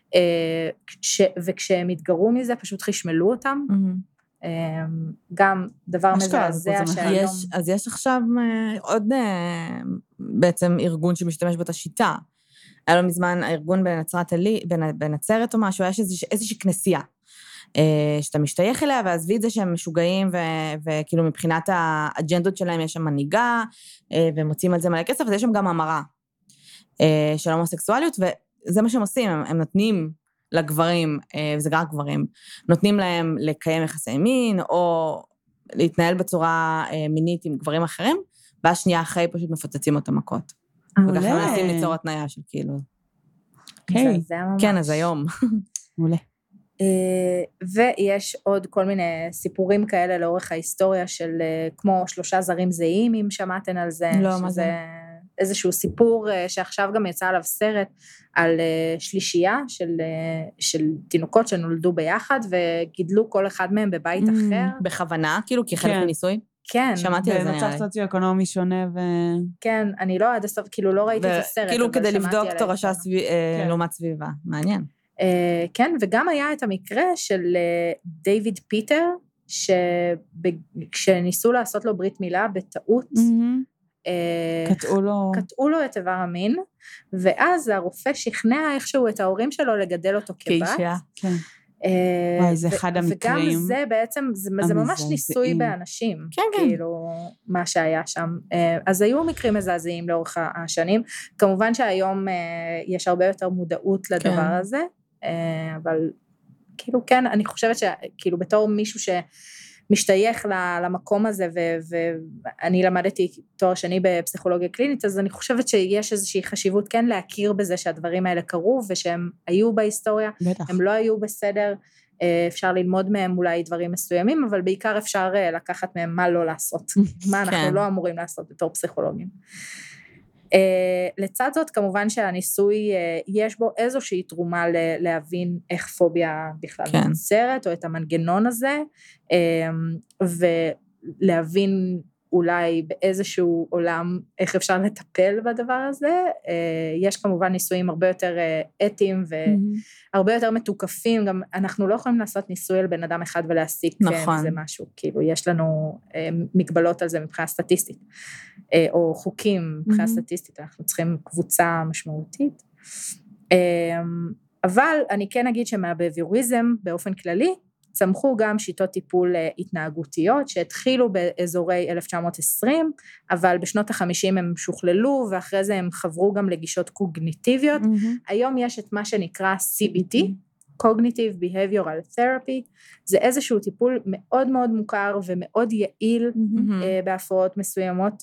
וכשהם התגרו מזה פשוט חשמלו אותם, mm-hmm. גם דבר מזעזע שהיום... אז יש עכשיו עוד בעצם ארגון שמשתמש באותה שיטה, היה לו מזמן הארגון בנצרת עלי, בנצרת או משהו, היה איזושהי כנסייה, שאתה משתייך אליה, ועזבי את זה שהם משוגעים, וכאילו מבחינת האג'נדות שלהם יש שם מנהיגה, ומוצאים על זה מלא כסף, אז יש שם גם המרה של הומוסקסואליות, וזה מה שהם עושים, הם נותנים לגברים, וזה גם גברים, נותנים להם לקיים יחסי מין, או להתנהל בצורה מינית עם גברים אחרים, ואז שנייה אחרי פשוט מפוצצים אותם מכות. וככה מנסים ליצור התניה של כאילו. כן, אז היום. מעולה. ויש עוד כל מיני סיפורים כאלה לאורך ההיסטוריה של כמו שלושה זרים זהים, אם שמעתן על זה. לא, מה זה? איזשהו סיפור שעכשיו גם יצא עליו סרט על שלישייה של, של תינוקות שנולדו ביחד וגידלו כל אחד מהם בבית אחר. בכוונה, כאילו כחלק מניסוי? כן. שמעתי על זה נראה לי. במצב סוציו-אקונומי שונה ו... כן, אני לא עד הסוף, כאילו לא ראיתי את הסרט. כאילו כדי לבדוק תורשה לעומת סביבה, מעניין. כן, וגם היה את המקרה של דיוויד פיטר, שניסו לעשות לו ברית מילה בטעות, קטעו לו... קטעו לו את איבר המין, ואז הרופא שכנע איכשהו את ההורים שלו לגדל אותו כבת. כאישה. כן. וואי, זה אחד המקרים. וגם זה בעצם, זה ממש ניסוי באנשים. כן, כן. כאילו, מה שהיה שם. אז היו מקרים מזעזעים לאורך השנים. כמובן שהיום יש הרבה יותר מודעות לדבר הזה, אבל כאילו כן, אני חושבת שכאילו בתור מישהו שמשתייך למקום הזה, ואני למדתי תואר שני בפסיכולוגיה קלינית, אז אני חושבת שיש איזושהי חשיבות כן להכיר בזה שהדברים האלה קרו, ושהם היו בהיסטוריה, בטח. הם לא היו בסדר, אפשר ללמוד מהם אולי דברים מסוימים, אבל בעיקר אפשר לקחת מהם מה לא לעשות, מה אנחנו לא אמורים לעשות בתור פסיכולוגים. לצד זאת, כמובן שהניסוי, יש בו איזושהי תרומה להבין איך פוביה בכלל נוצרת, או את המנגנון הזה, ולהבין אולי באיזשהו עולם איך אפשר לטפל בדבר הזה. יש כמובן ניסויים הרבה יותר אתיים והרבה יותר מתוקפים, גם אנחנו לא יכולים לעשות ניסוי על בן אדם אחד ולהסיק זה משהו, כאילו יש לנו מגבלות על זה מבחינה סטטיסטית, או חוקים מבחינה סטטיסטית, אנחנו צריכים קבוצה משמעותית. אבל אני כן אגיד שמהביהביוריזם באופן כללי, צמחו גם שיטות טיפול התנהגותיות, שהתחילו באזורי אלף תשע מאות ועשרים, אבל בשנות החמישים הם שוכללו, ואחרי זה הם חברו גם לגישות קוגניטיביות. Mm-hmm. היום יש את מה שנקרא סי בי טי, Cognitive Behavioral Therapy, זה איזשהו טיפול מאוד מאוד מוכר, ומאוד יעיל mm-hmm. בהפרעות מסוימות.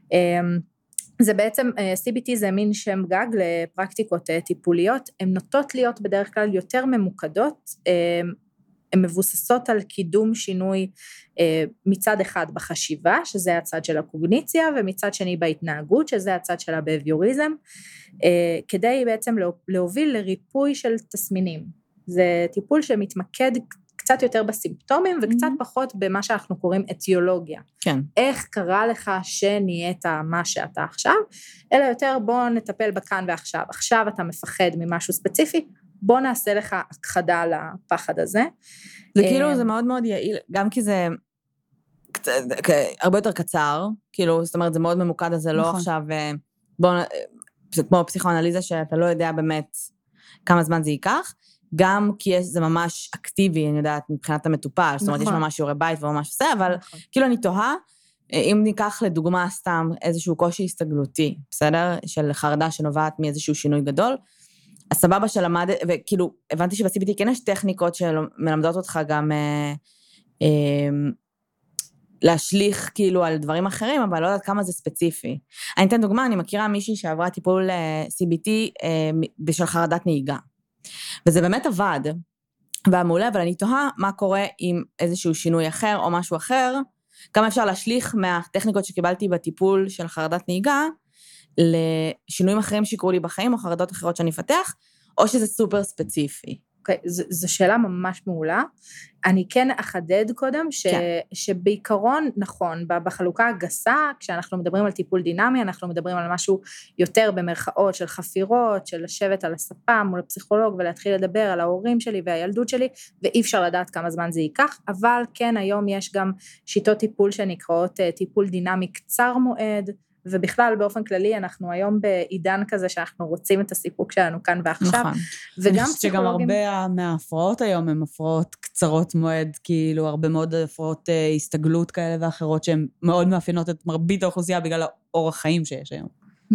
זה בעצם, סי בי טי זה מין שם גג לפרקטיקות טיפוליות, הן נוטות להיות בדרך כלל יותר ממוקדות, הן מבוססות על קידום שינוי מצד אחד בחשיבה, שזה הצד של הקוגניציה, ומצד שני בהתנהגות, שזה הצד של הבהביוריזם, כדי בעצם להוביל לריפוי של תסמינים. זה טיפול שמתמקד קצת יותר בסימפטומים, וקצת פחות במה שאנחנו קוראים אתיולוגיה. כן. איך קרה לך שנהיית מה שאתה עכשיו, אלא יותר בוא נטפל בכאן ועכשיו. עכשיו אתה מפחד ממשהו ספציפי, בוא נעשה לך הכחדה לפחד הזה. זה כאילו, זה מאוד מאוד יעיל, גם כי זה הרבה יותר קצר, כאילו, זאת אומרת, זה מאוד ממוקד, אז זה לא עכשיו, בוא, זה כמו פסיכואנליזה שאתה לא יודע באמת כמה זמן זה ייקח, גם כי זה ממש אקטיבי, אני יודעת, מבחינת המטופל, זאת אומרת, יש ממש שיעורי בית וממש עושה, אבל כאילו אני תוהה, אם ניקח לדוגמה סתם איזשהו קושי הסתגלותי, בסדר? של חרדה שנובעת מאיזשהו שינוי גדול, הסבבה שלמד, וכאילו, הבנתי שב-סי בי טי כן יש טכניקות שמלמדות אותך גם אה, אה, להשליך כאילו על דברים אחרים, אבל לא יודעת כמה זה ספציפי. אני אתן דוגמה, אני מכירה מישהי שעברה טיפול אה, סי בי טי אה, בשל חרדת נהיגה. וזה באמת עבד, והמעולה, אבל אני תוהה מה קורה עם איזשהו שינוי אחר או משהו אחר, כמה אפשר להשליך מהטכניקות שקיבלתי בטיפול של חרדת נהיגה, לשינויים אחרים שיקרו לי בחיים, או חרדות אחרות שאני אפתח, או שזה סופר ספציפי. אוקיי, זו שאלה ממש מעולה. אני כן אחדד קודם, ש, כן. שבעיקרון, נכון, בחלוקה הגסה, כשאנחנו מדברים על טיפול דינמי, אנחנו מדברים על משהו יותר במרכאות של חפירות, של לשבת על הספה מול הפסיכולוג, ולהתחיל לדבר על ההורים שלי והילדות שלי, ואי אפשר לדעת כמה זמן זה ייקח, אבל כן, היום יש גם שיטות טיפול שנקראות טיפול דינמי קצר מועד, ובכלל באופן כללי אנחנו היום בעידן כזה שאנחנו רוצים את הסיפוק שלנו כאן ועכשיו. נכון. וגם אני חושבת שגם הרבה מההפרעות היום הן הפרעות קצרות מועד, כאילו הרבה מאוד הפרעות הסתגלות כאלה ואחרות שהן מאוד מאפיינות את מרבית האוכלוסייה בגלל האורח חיים שיש היום.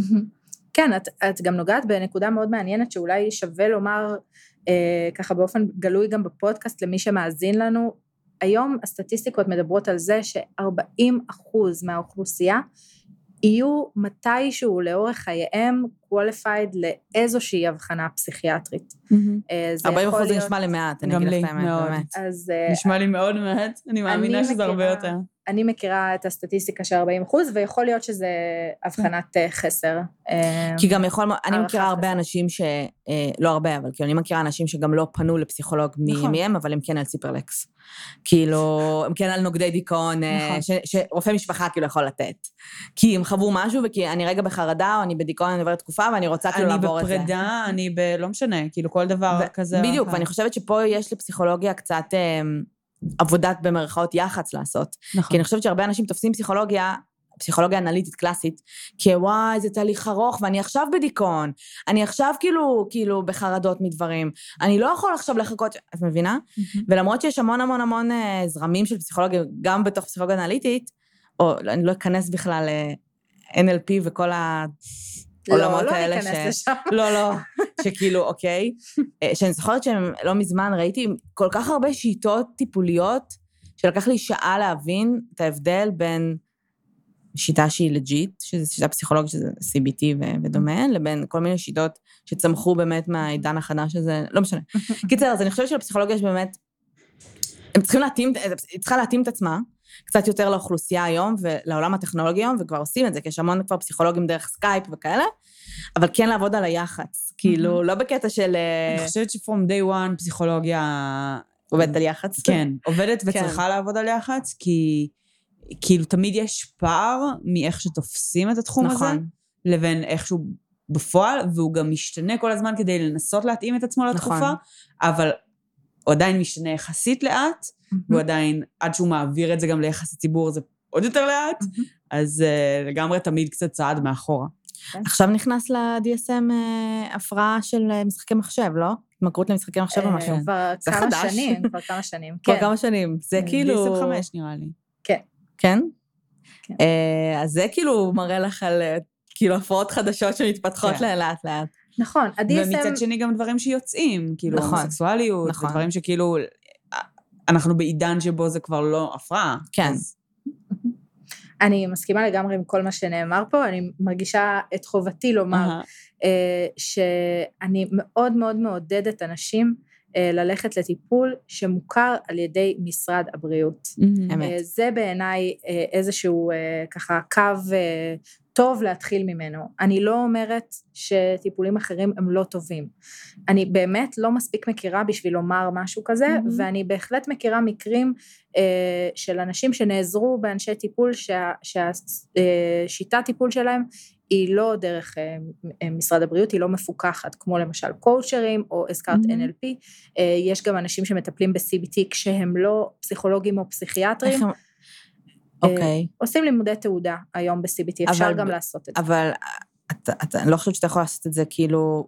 כן, את, את גם נוגעת בנקודה מאוד מעניינת שאולי שווה לומר אה, ככה באופן גלוי גם בפודקאסט למי שמאזין לנו. היום הסטטיסטיקות מדברות על זה ש-ארבעים אחוז מהאוכלוסייה יהיו מתישהו לאורך חייהם qualified לאיזושהי הבחנה פסיכיאטרית. ארבעים אחוז זה נשמע לי מעט, אני אגיד לך את האמת, באמת. נשמע לי מאוד מעט, אני מאמינה שזה הרבה יותר. אני מכירה את הסטטיסטיקה של ארבעים אחוז, ויכול להיות שזה הבחנת חסר. כי גם יכול, אני מכירה הרבה אנשים ש... לא הרבה, אבל כאילו, אני מכירה אנשים שגם לא פנו לפסיכולוג מהם, אבל הם כן על ציפרלקס. כאילו, הם כן על נוגדי דיכאון, שרופא משפחה כאילו יכול לתת. כי הם חוו משהו, וכי אני רגע בחרדה, או אני בדיכאון, אני עוברת תקופה, ואני רוצה כאילו לעבור את זה. אני בפרידה, אני ב... לא משנה, כאילו כל דבר כזה. בדיוק, ואני חושבת שפה יש לפסיכולוגיה קצת עבודת במרכאות יח"צ לעשות. כי אני חושבת שהרבה אנשים תופסים פסיכולוגיה, פסיכולוגיה אנליטית קלאסית, כי וואי, זה תהליך ארוך, ואני עכשיו בדיכאון, אני עכשיו כאילו, כאילו בחרדות מדברים, אני לא יכול עכשיו לחכות, את מבינה? ולמרות שיש המון המון המון זרמים של פסיכולוגיה, גם בתוך פסיכולוגיה אנליטית, או אני לא אכנס בכלל ל-אן אל פי וכל העולמות לא, האלה לא ניכנס לשם. לא, לא, שכאילו, אוקיי, שאני זוכרת שהם לא מזמן ראיתי כל כך הרבה שיטות טיפוליות, שלקח לי שעה להבין את ההבדל בין שיטה שהיא לג'יט, שזו שיטה פסיכולוגית, שזה סי בי טי ודומה, לבין כל מיני שיטות שצמחו באמת מהעידן החדש הזה, לא משנה. קיצר, אז אני חושבת שלפסיכולוגיה יש באמת, הם צריכים להתאים, היא צריכה להתאים את עצמה, קצת יותר לאוכלוסייה היום, ולעולם הטכנולוגי היום, וכבר עושים את זה, כי יש המון כבר פסיכולוגים דרך סקייפ וכאלה, אבל כן לעבוד על היח"צ, כאילו, לא בקטע של... אני חושבת ש-from day one פסיכולוגיה... עובדת על יח"צ? כן, עובדת וצריכה לעבוד על יח"צ, כי כאילו תמיד יש פער מאיך שתופסים את התחום הזה, לבין איכשהו בפועל, והוא גם משתנה כל הזמן כדי לנסות להתאים את עצמו לתקופה, אבל הוא עדיין משתנה יחסית לאט, והוא עדיין, עד שהוא מעביר את זה גם ליחס הציבור, זה עוד יותר לאט, אז לגמרי תמיד קצת צעד מאחורה. עכשיו נכנס ל-די אס אם הפרעה של משחקי מחשב, לא? התמכרות למשחקי מחשב או משהו. כבר כמה שנים, כבר כמה שנים. כבר כמה שנים. זה כאילו... די אס אם חמש נראה לי. כן. כן? אז זה כאילו מראה לך על כאילו הפרעות חדשות שמתפתחות לאט לאט. נכון, ה-די אס אם... ומצד שני גם דברים שיוצאים, כאילו הומוסקסואליות, ודברים שכאילו, אנחנו בעידן שבו זה כבר לא הפרעה. כן. אני מסכימה לגמרי עם כל מה שנאמר פה, אני מרגישה את חובתי לומר, שאני מאוד מאוד מעודדת אנשים ללכת לטיפול שמוכר על ידי משרד הבריאות. אמת. זה בעיניי איזשהו ככה קו טוב להתחיל ממנו. אני לא אומרת שטיפולים אחרים הם לא טובים. אני באמת לא מספיק מכירה בשביל לומר משהו כזה, mm-hmm. ואני בהחלט מכירה מקרים אה, של אנשים שנעזרו באנשי טיפול, שהשיטת שה, טיפול שלהם היא לא דרך אה, משרד הבריאות, היא לא מפוקחת, כמו למשל קואוצ'רים או הזכרת mm-hmm. אן אל פי. אה, יש גם אנשים שמטפלים ב-סי בי טי כשהם לא פסיכולוגים או פסיכיאטרים. אוקיי. עושים לימודי תעודה היום ב-סי בי טי, אפשר גם לעשות את זה. אבל אני לא חושבת שאתה יכול לעשות את זה, כאילו,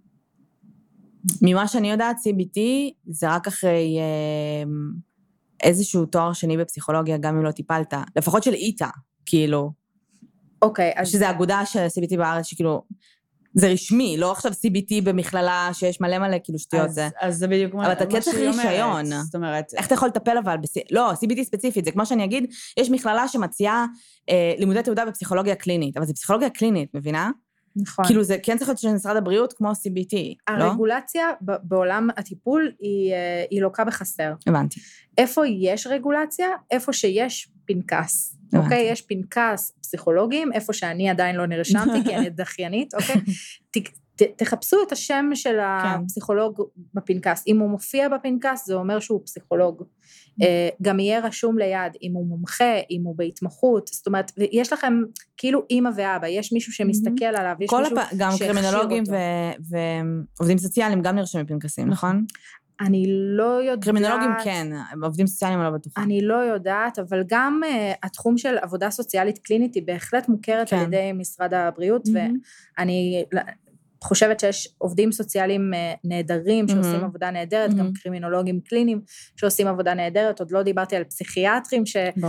ממה שאני יודעת, סי בי טי זה רק אחרי איזשהו תואר שני בפסיכולוגיה, גם אם לא טיפלת, לפחות של איתה, כאילו. אוקיי. שזה אגודה של סי בי טי בארץ, שכאילו, זה רשמי, לא עכשיו סי בי טי במכללה שיש מלא מלא כאילו שטויות זה. אז זה בדיוק מה שהיא אומרת. אבל אתה צריך רישיון. זאת אומרת... איך אתה יכול לטפל אבל? לא, סי בי טי ספציפית, זה כמו שאני אגיד, יש מכללה שמציעה לימודי תעודה בפסיכולוגיה קלינית, אבל זה פסיכולוגיה קלינית, מבינה? נכון. כאילו זה כן צריך להיות של משרד הבריאות כמו סי בי טי, לא? הרגולציה בעולם הטיפול היא לוקה בחסר. הבנתי. איפה יש רגולציה? איפה שיש פנקס. אוקיי, יש פנקס פסיכולוגים, איפה שאני עדיין לא נרשמתי, כי אני דחיינית, אוקיי? תחפשו את השם של הפסיכולוג בפנקס. אם הוא מופיע בפנקס, זה אומר שהוא פסיכולוג. גם יהיה רשום ליד, אם הוא מומחה, אם הוא בהתמחות, זאת אומרת, יש לכם כאילו אמא ואבא, יש מישהו שמסתכל עליו, יש מישהו גם קרימינולוגים ועובדים סוציאליים גם נרשמים פנקסים, נכון? אני לא יודעת... קרימינולוגים כן, עובדים סוציאליים לא בטוחה. אני לא יודעת, אבל גם uh, התחום של עבודה סוציאלית קלינית היא בהחלט מוכרת כן. על ידי משרד הבריאות, Mm-hmm. ואני חושבת שיש עובדים סוציאליים uh, נהדרים שעושים Mm-hmm. עבודה נהדרת, Mm-hmm. גם קרימינולוגים קליניים שעושים עבודה נהדרת, עוד לא דיברתי על פסיכיאטרים,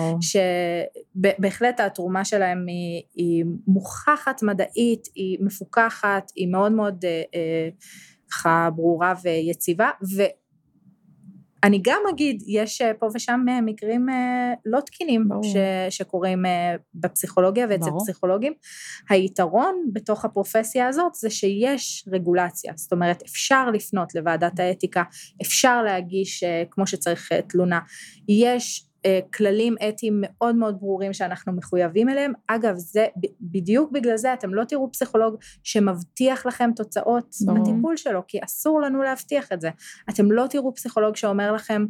שבהחלט התרומה שלהם היא, היא מוכחת מדעית, היא מפוקחת, היא מאוד מאוד uh, uh, ברורה ויציבה, ו... אני גם אגיד, יש פה ושם מקרים לא תקינים ש, שקורים בפסיכולוגיה ואצל פסיכולוגים. היתרון בתוך הפרופסיה הזאת זה שיש רגולציה, זאת אומרת אפשר לפנות לוועדת האתיקה, אפשר להגיש כמו שצריך תלונה, יש כללים אתיים מאוד מאוד ברורים שאנחנו מחויבים אליהם, אגב זה בדיוק בגלל זה אתם לא תראו פסיכולוג שמבטיח לכם תוצאות בטיפול שלו, כי אסור לנו להבטיח את זה, אתם לא תראו פסיכולוג שאומר לכם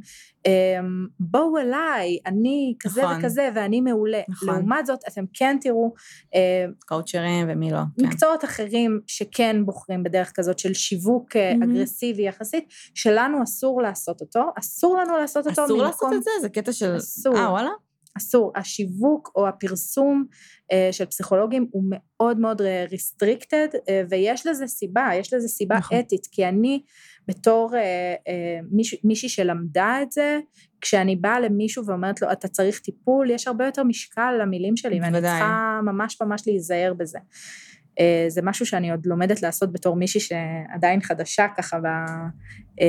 בואו אליי, אני כזה נכון. וכזה ואני מעולה, נכון. לעומת זאת אתם כן תראו קואוצ'רים ומי לא, מקצועות כן. אחרים שכן בוחרים בדרך כזאת של שיווק mm-hmm. אגרסיבי יחסית, שלנו אסור לעשות אותו, אסור לנו לעשות אותו אסור ממקום... לעשות את זה, זה קטע של... אסור, אה, וואלה? אסור, השיווק או הפרסום uh, של פסיכולוגים הוא מאוד מאוד restricted, uh, ויש לזה סיבה, יש לזה סיבה נכון. אתית, כי אני בתור uh, uh, מיש, מישהי שלמדה את זה, כשאני באה למישהו ואומרת לו, אתה צריך טיפול, יש הרבה יותר משקל למילים שלי, ואני צריכה ממש ממש להיזהר בזה. Uh, זה משהו שאני עוד לומדת לעשות בתור מישהי שעדיין חדשה ככה ב, uh,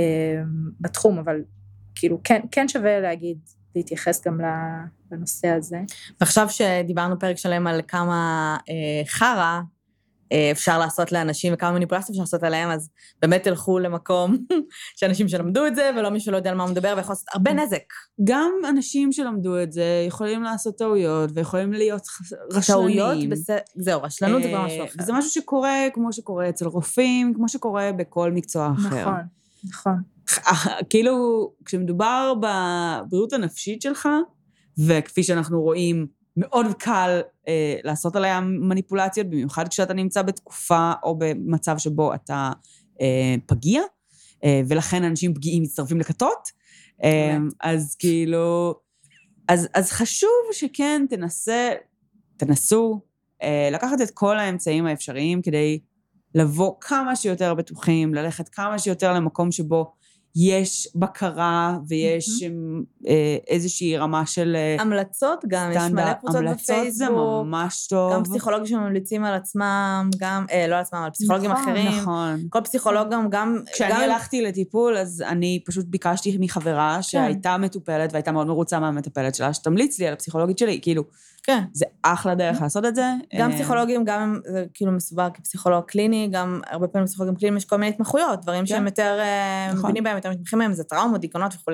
בתחום, אבל כאילו כן, כן שווה להגיד, להתייחס גם לנושא הזה. ועכשיו שדיברנו פרק שלם על כמה אה, חרה אה, אפשר לעשות לאנשים וכמה מניפולציה אפשר לעשות עליהם, אז באמת תלכו למקום שאנשים שלמדו את זה, ולא מישהו לא יודע על מה הוא מדבר, ויכול לעשות הרבה נזק. גם אנשים שלמדו את זה יכולים לעשות טעויות, ויכולים להיות רשלנים. טעויות, בס... זהו, רשלנות זה כבר משהו אחר. וזה משהו שקורה כמו שקורה אצל רופאים, כמו שקורה בכל מקצוע אחר. נכון, נכון. כאילו, כשמדובר בבריאות הנפשית שלך, וכפי שאנחנו רואים, מאוד קל אה, לעשות עליה מניפולציות, במיוחד כשאתה נמצא בתקופה או במצב שבו אתה אה, פגיע, אה, ולכן אנשים פגיעים מצטרפים לכתות, אה, אז כאילו, אז, אז חשוב שכן תנסה, תנסו אה, לקחת את כל האמצעים האפשריים, כדי לבוא כמה שיותר בטוחים, ללכת כמה שיותר למקום שבו, יש בקרה ויש איזושהי רמה של המלצות גם, יש מלא קבוצות בפייסבוק. המלצות זה ממש טוב. גם פסיכולוגים שממליצים על עצמם, גם, לא על עצמם, על פסיכולוגים אחרים. נכון. כל פסיכולוג גם, גם... כשאני הלכתי לטיפול, אז אני פשוט ביקשתי מחברה שהייתה מטופלת, והייתה מאוד מרוצה מהמטפלת שלה, שתמליץ לי על הפסיכולוגית שלי, כאילו, כן. זה אחלה דרך לעשות את זה. גם פסיכולוגים, גם זה כאילו מסובר כפסיכולוג קליני, גם הרבה פעמים פסיכולוגים קליניים יש כל מיני התמחויות, דברים שהם יותר מבינים בהם, יותר מתמחים בהם, זה טראומות, דיכאונות וכו'.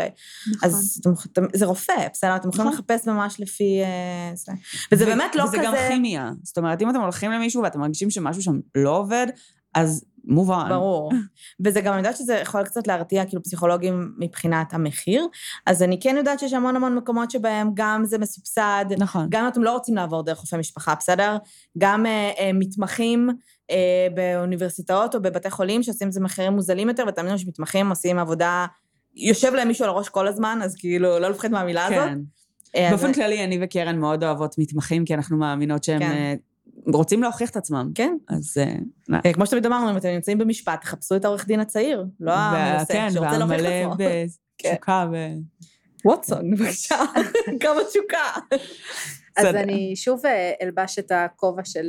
אז זה רופא, בסדר, אתם יכולים לחפש ממש לפי זה. וזה באמת לא כזה... וזה גם כימיה. זאת אומרת, אם אתם הולכים למישהו ואתם מרגישים שמשהו שם לא עובד, אז מובן. ברור. וזה גם, אני יודעת שזה יכול קצת להרתיע, כאילו, פסיכולוגים מבחינת המחיר, אז אני כן יודעת שיש המון המון מקומות שבהם גם זה מסובסד, נכון. גם אתם לא רוצים לעבור דרך רופא משפחה, בסדר? גם אה, אה, מתמחים אה, באוניברסיטאות או בבתי חולים, שעושים זה מחירים מוזלים יותר, ותאמינו שמתמחים עושים עבודה, יושב להם מישהו על הראש כל הזמן, אז כאילו, לא לפחד מהמילה הזאת. כן. באופן כללי, אני וקרן מאוד אוהבות מתמחים, כי אנחנו מאמינות שהם... כן. רוצים להוכיח את עצמם. כן. אז... כמו שתמיד אמרנו, אם אתם נמצאים במשפט, תחפשו את העורך דין הצעיר, לא המנסה, שרוצה להוכיח את עצמו. כן, והמלא בתשוקה ו... ווטסון, בבקשה, כמה תשוקה. אז אני שוב אלבש את הכובע של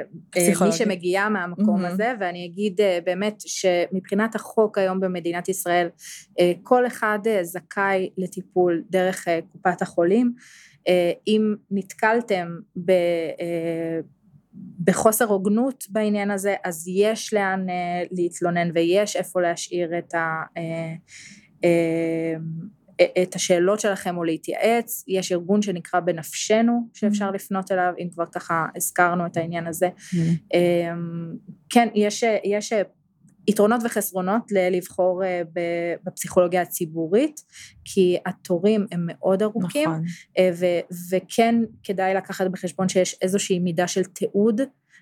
מי שמגיעה מהמקום הזה, ואני אגיד באמת שמבחינת החוק היום במדינת ישראל, כל אחד זכאי לטיפול דרך קופת החולים, אם נתקלתם ב... בחוסר הוגנות בעניין הזה, אז יש לאן להתלונן, ויש איפה להשאיר את ה... את השאלות שלכם או להתייעץ, יש ארגון שנקרא בנפשנו, שאפשר לפנות אליו, אם כבר ככה הזכרנו את העניין הזה. כן, יש, יש יתרונות וחסרונות לבחור בפסיכולוגיה הציבורית, כי התורים הם מאוד ארוכים, ו- וכן כדאי לקחת בחשבון שיש איזושהי מידה של תיעוד,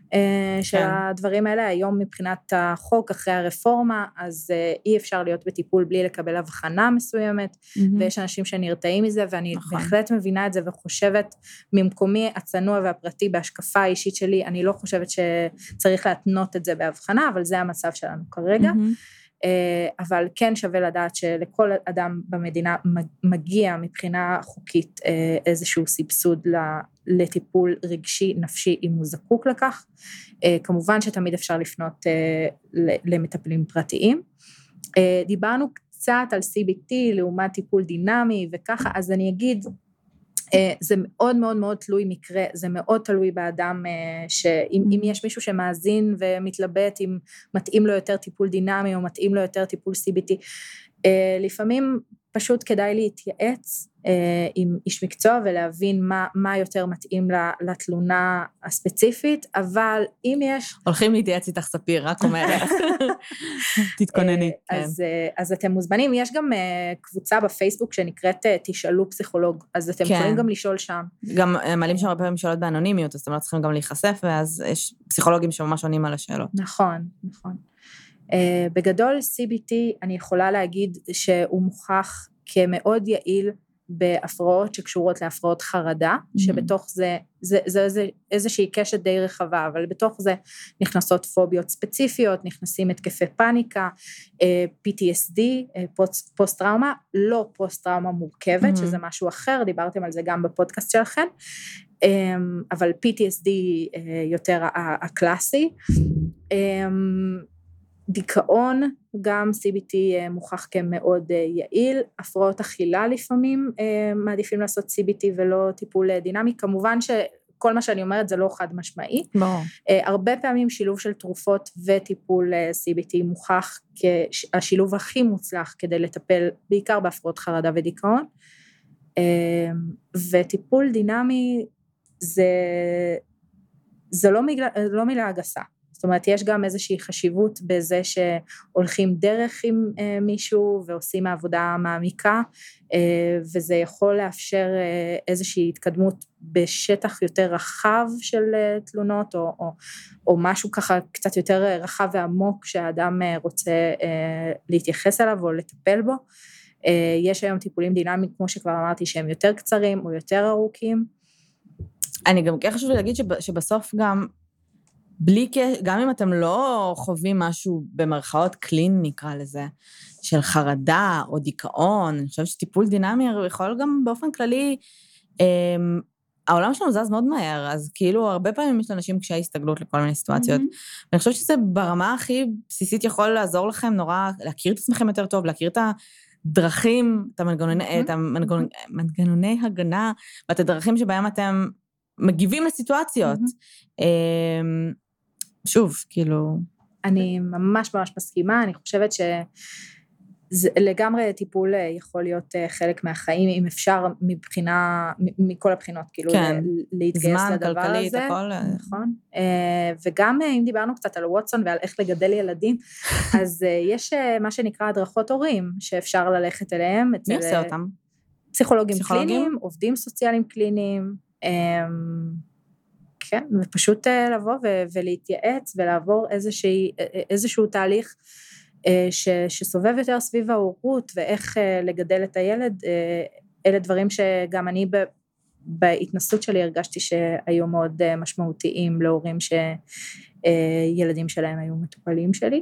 של הדברים האלה. היום מבחינת החוק, אחרי הרפורמה, אז אי אפשר להיות בטיפול בלי לקבל הבחנה מסוימת, ויש אנשים שנרתעים מזה, ואני בהחלט מבינה את זה, וחושבת ממקומי הצנוע והפרטי, בהשקפה האישית שלי, אני לא חושבת שצריך להתנות את זה בהבחנה, אבל זה המצב שלנו כרגע. אבל כן שווה לדעת שלכל אדם במדינה מגיע מבחינה חוקית איזשהו סבסוד לטיפול רגשי נפשי אם הוא זקוק לכך. כמובן שתמיד אפשר לפנות למטפלים פרטיים. דיברנו קצת על סי בי טי לעומת טיפול דינמי וככה, אז אני אגיד, זה מאוד מאוד מאוד תלוי מקרה, זה מאוד תלוי באדם, שאם אם יש מישהו שמאזין ומתלבט, אם מתאים לו יותר טיפול דינמי או מתאים לו יותר טיפול סי בי טי, לפעמים פשוט כדאי להתייעץ עם איש מקצוע ולהבין מה, מה יותר מתאים לתלונה הספציפית, אבל אם יש... הולכים להתייעץ איתך ספיר, רק אומרת. תתכונני. אז, אז אתם מוזמנים, יש גם קבוצה בפייסבוק שנקראת תשאלו פסיכולוג, אז אתם יכולים גם לשאול שם. גם מעלים שם הרבה פעמים שאלות באנונימיות, אז אתם לא צריכים גם להיחשף, ואז יש פסיכולוגים שממש עונים על השאלות. נכון, נכון. בגדול סי בי טי אני יכולה להגיד שהוא מוכח כמאוד יעיל בהפרעות שקשורות להפרעות חרדה, שבתוך זה, זה, זה, זה איזושהי קשת די רחבה, אבל בתוך זה נכנסות פוביות ספציפיות, נכנסים התקפי פאניקה, פי טי אס די, פוסט, פוסט-טראומה, לא פוסט-טראומה מורכבת, שזה משהו אחר, דיברתם על זה גם בפודקאסט שלכם, אבל פי טי אס די יותר הקלאסי, דיכאון, גם סי בי טי מוכח כמאוד יעיל, הפרעות אכילה לפעמים מעדיפים לעשות סי בי טי ולא טיפול דינמי, כמובן שכל מה שאני אומרת זה לא חד משמעי, ברור. הרבה פעמים שילוב של תרופות וטיפול סי בי טי מוכח כשילוב הכי מוצלח כדי לטפל בעיקר בהפרעות חרדה ודיכאון, וטיפול דינמי זה, זה לא מילה, לא מילה גסה, זאת אומרת, יש גם איזושהי חשיבות בזה שהולכים דרך עם מישהו ועושים העבודה מעמיקה, וזה יכול לאפשר איזושהי התקדמות בשטח יותר רחב של תלונות, או, או, או משהו ככה קצת יותר רחב ועמוק שהאדם רוצה להתייחס אליו או לטפל בו. יש היום טיפולים דינמיים, כמו שכבר אמרתי, שהם יותר קצרים או יותר ארוכים. אני גם כן חשוב להגיד שבסוף גם, בלי, גם אם אתם לא חווים משהו במרכאות קלין, נקרא לזה, של חרדה או דיכאון, אני חושבת שטיפול דינמי יכול גם באופן כללי, אה, העולם שלנו זז מאוד מהר, אז כאילו הרבה פעמים יש לאנשים קשיי הסתגלות לכל מיני סיטואציות, mm-hmm. ואני חושבת שזה ברמה הכי בסיסית יכול לעזור לכם נורא, להכיר את עצמכם יותר טוב, להכיר את הדרכים, את המנגנוני, mm-hmm. את המנגנוני, מנגנוני הגנה, ואת הדרכים שבהם אתם מגיבים לסיטואציות. Mm-hmm. אה, שוב, כאילו... אני ממש ממש מסכימה, אני חושבת שלגמרי טיפול יכול להיות חלק מהחיים, אם אפשר מבחינה, מכל הבחינות, כאילו כן. להתגייס זמן, לדבר כלכלית, הזה. הכל... נכון. וגם אם דיברנו קצת על ווטסון ועל איך לגדל ילדים, אז יש מה שנקרא הדרכות הורים, שאפשר ללכת אליהם. מי עושה אותם? פסיכולוגים, פסיכולוגים קליניים, עובדים סוציאליים קליניים, כן, ופשוט לבוא ולהתייעץ ולעבור איזושהי, איזשהו תהליך ש, שסובב יותר סביב ההורות ואיך לגדל את הילד, אלה דברים שגם אני ב, בהתנסות שלי הרגשתי שהיו מאוד משמעותיים להורים שילדים שלהם היו מטופלים שלי.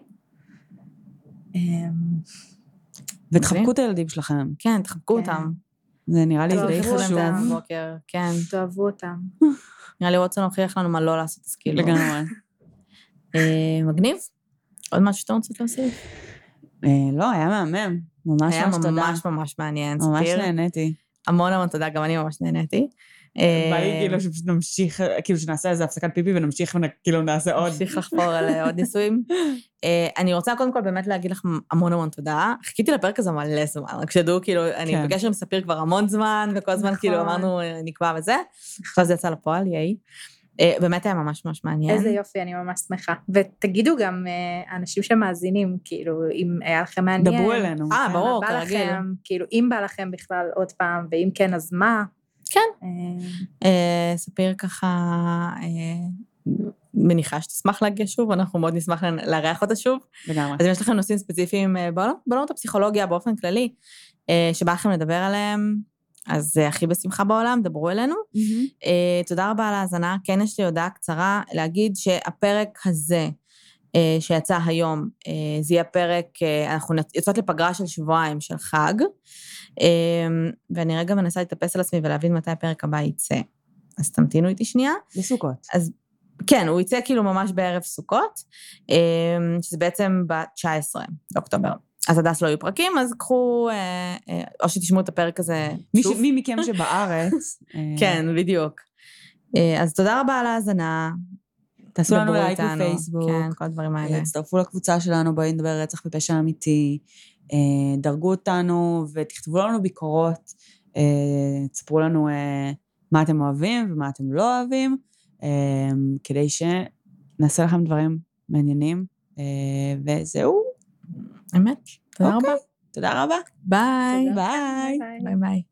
ותחבקו את הילדים שלכם. כן, תחבקו אותם. זה נראה לי די חשוב. כן. תאהבו אותם. נראה לי ווטסון הוכיח לנו מה לא לעשות, אז כאילו. לגמרי. מגניב? עוד משהו שאתה רוצה להוסיף? לא, היה מהמם. ממש ממש תודה. היה ממש ממש מעניין. ממש נהניתי. המון המון תודה, גם אני ממש נהניתי. בא לי כאילו שנמשיך, כאילו שנעשה איזה הפסקת פיפי ונמשיך וכאילו נעשה עוד. נמשיך לחפור על עוד ניסויים. אני רוצה קודם כל באמת להגיד לך המון המון תודה. חיכיתי לפרק הזה מלא זמן, רק שדעו כאילו, אני בקשר עם ספיר כבר המון זמן, וכל הזמן כאילו אמרנו נקבע וזה. עכשיו זה יצא לפועל, יאי. באמת היה ממש ממש מעניין. איזה יופי, אני ממש שמחה. ותגידו גם אנשים שמאזינים, כאילו, אם היה לכם מעניין. דברו אלינו. אה, ברור, כרגיל. כאילו, אם בא לכם בכלל עוד פעם, ואם כן, אז מה? כן. ספיר ככה, מניחה שתשמח להגיע שוב, אנחנו מאוד נשמח לארח אותה שוב. לגמרי. אז אם יש לכם נושאים ספציפיים בעולמות הפסיכולוגיה באופן כללי, שבא לכם לדבר עליהם, אז הכי בשמחה בעולם, דברו אלינו. תודה רבה על ההאזנה. כן, יש לי הודעה קצרה להגיד שהפרק הזה, שיצא היום, זה יהיה פרק, אנחנו יוצאות לפגרה של שבועיים של חג, ואני רגע מנסה להתאפס על עצמי ולהבין מתי הפרק הבא יצא. אז תמתינו איתי שנייה. בסוכות. אז כן, הוא יצא כאילו ממש בערב סוכות, שזה בעצם ב-תשעה עשר באוקטובר. אז עד אז לא יהיו פרקים, אז קחו, או שתשמעו את הפרק הזה שוב. מי מכם שבארץ. כן, בדיוק. אז תודה רבה על ההאזנה. תעשו לנו לייק בפייסבוק. כן, כל הדברים האלה. תצטרפו לקבוצה שלנו, בואי נדבר רצח בפשע אמיתי. דרגו אותנו ותכתבו לנו ביקורות. תספרו לנו מה אתם אוהבים ומה אתם לא אוהבים, כדי שנעשה לכם דברים מעניינים. וזהו. אמת. תודה רבה. תודה רבה. ביי. ביי. ביי ביי.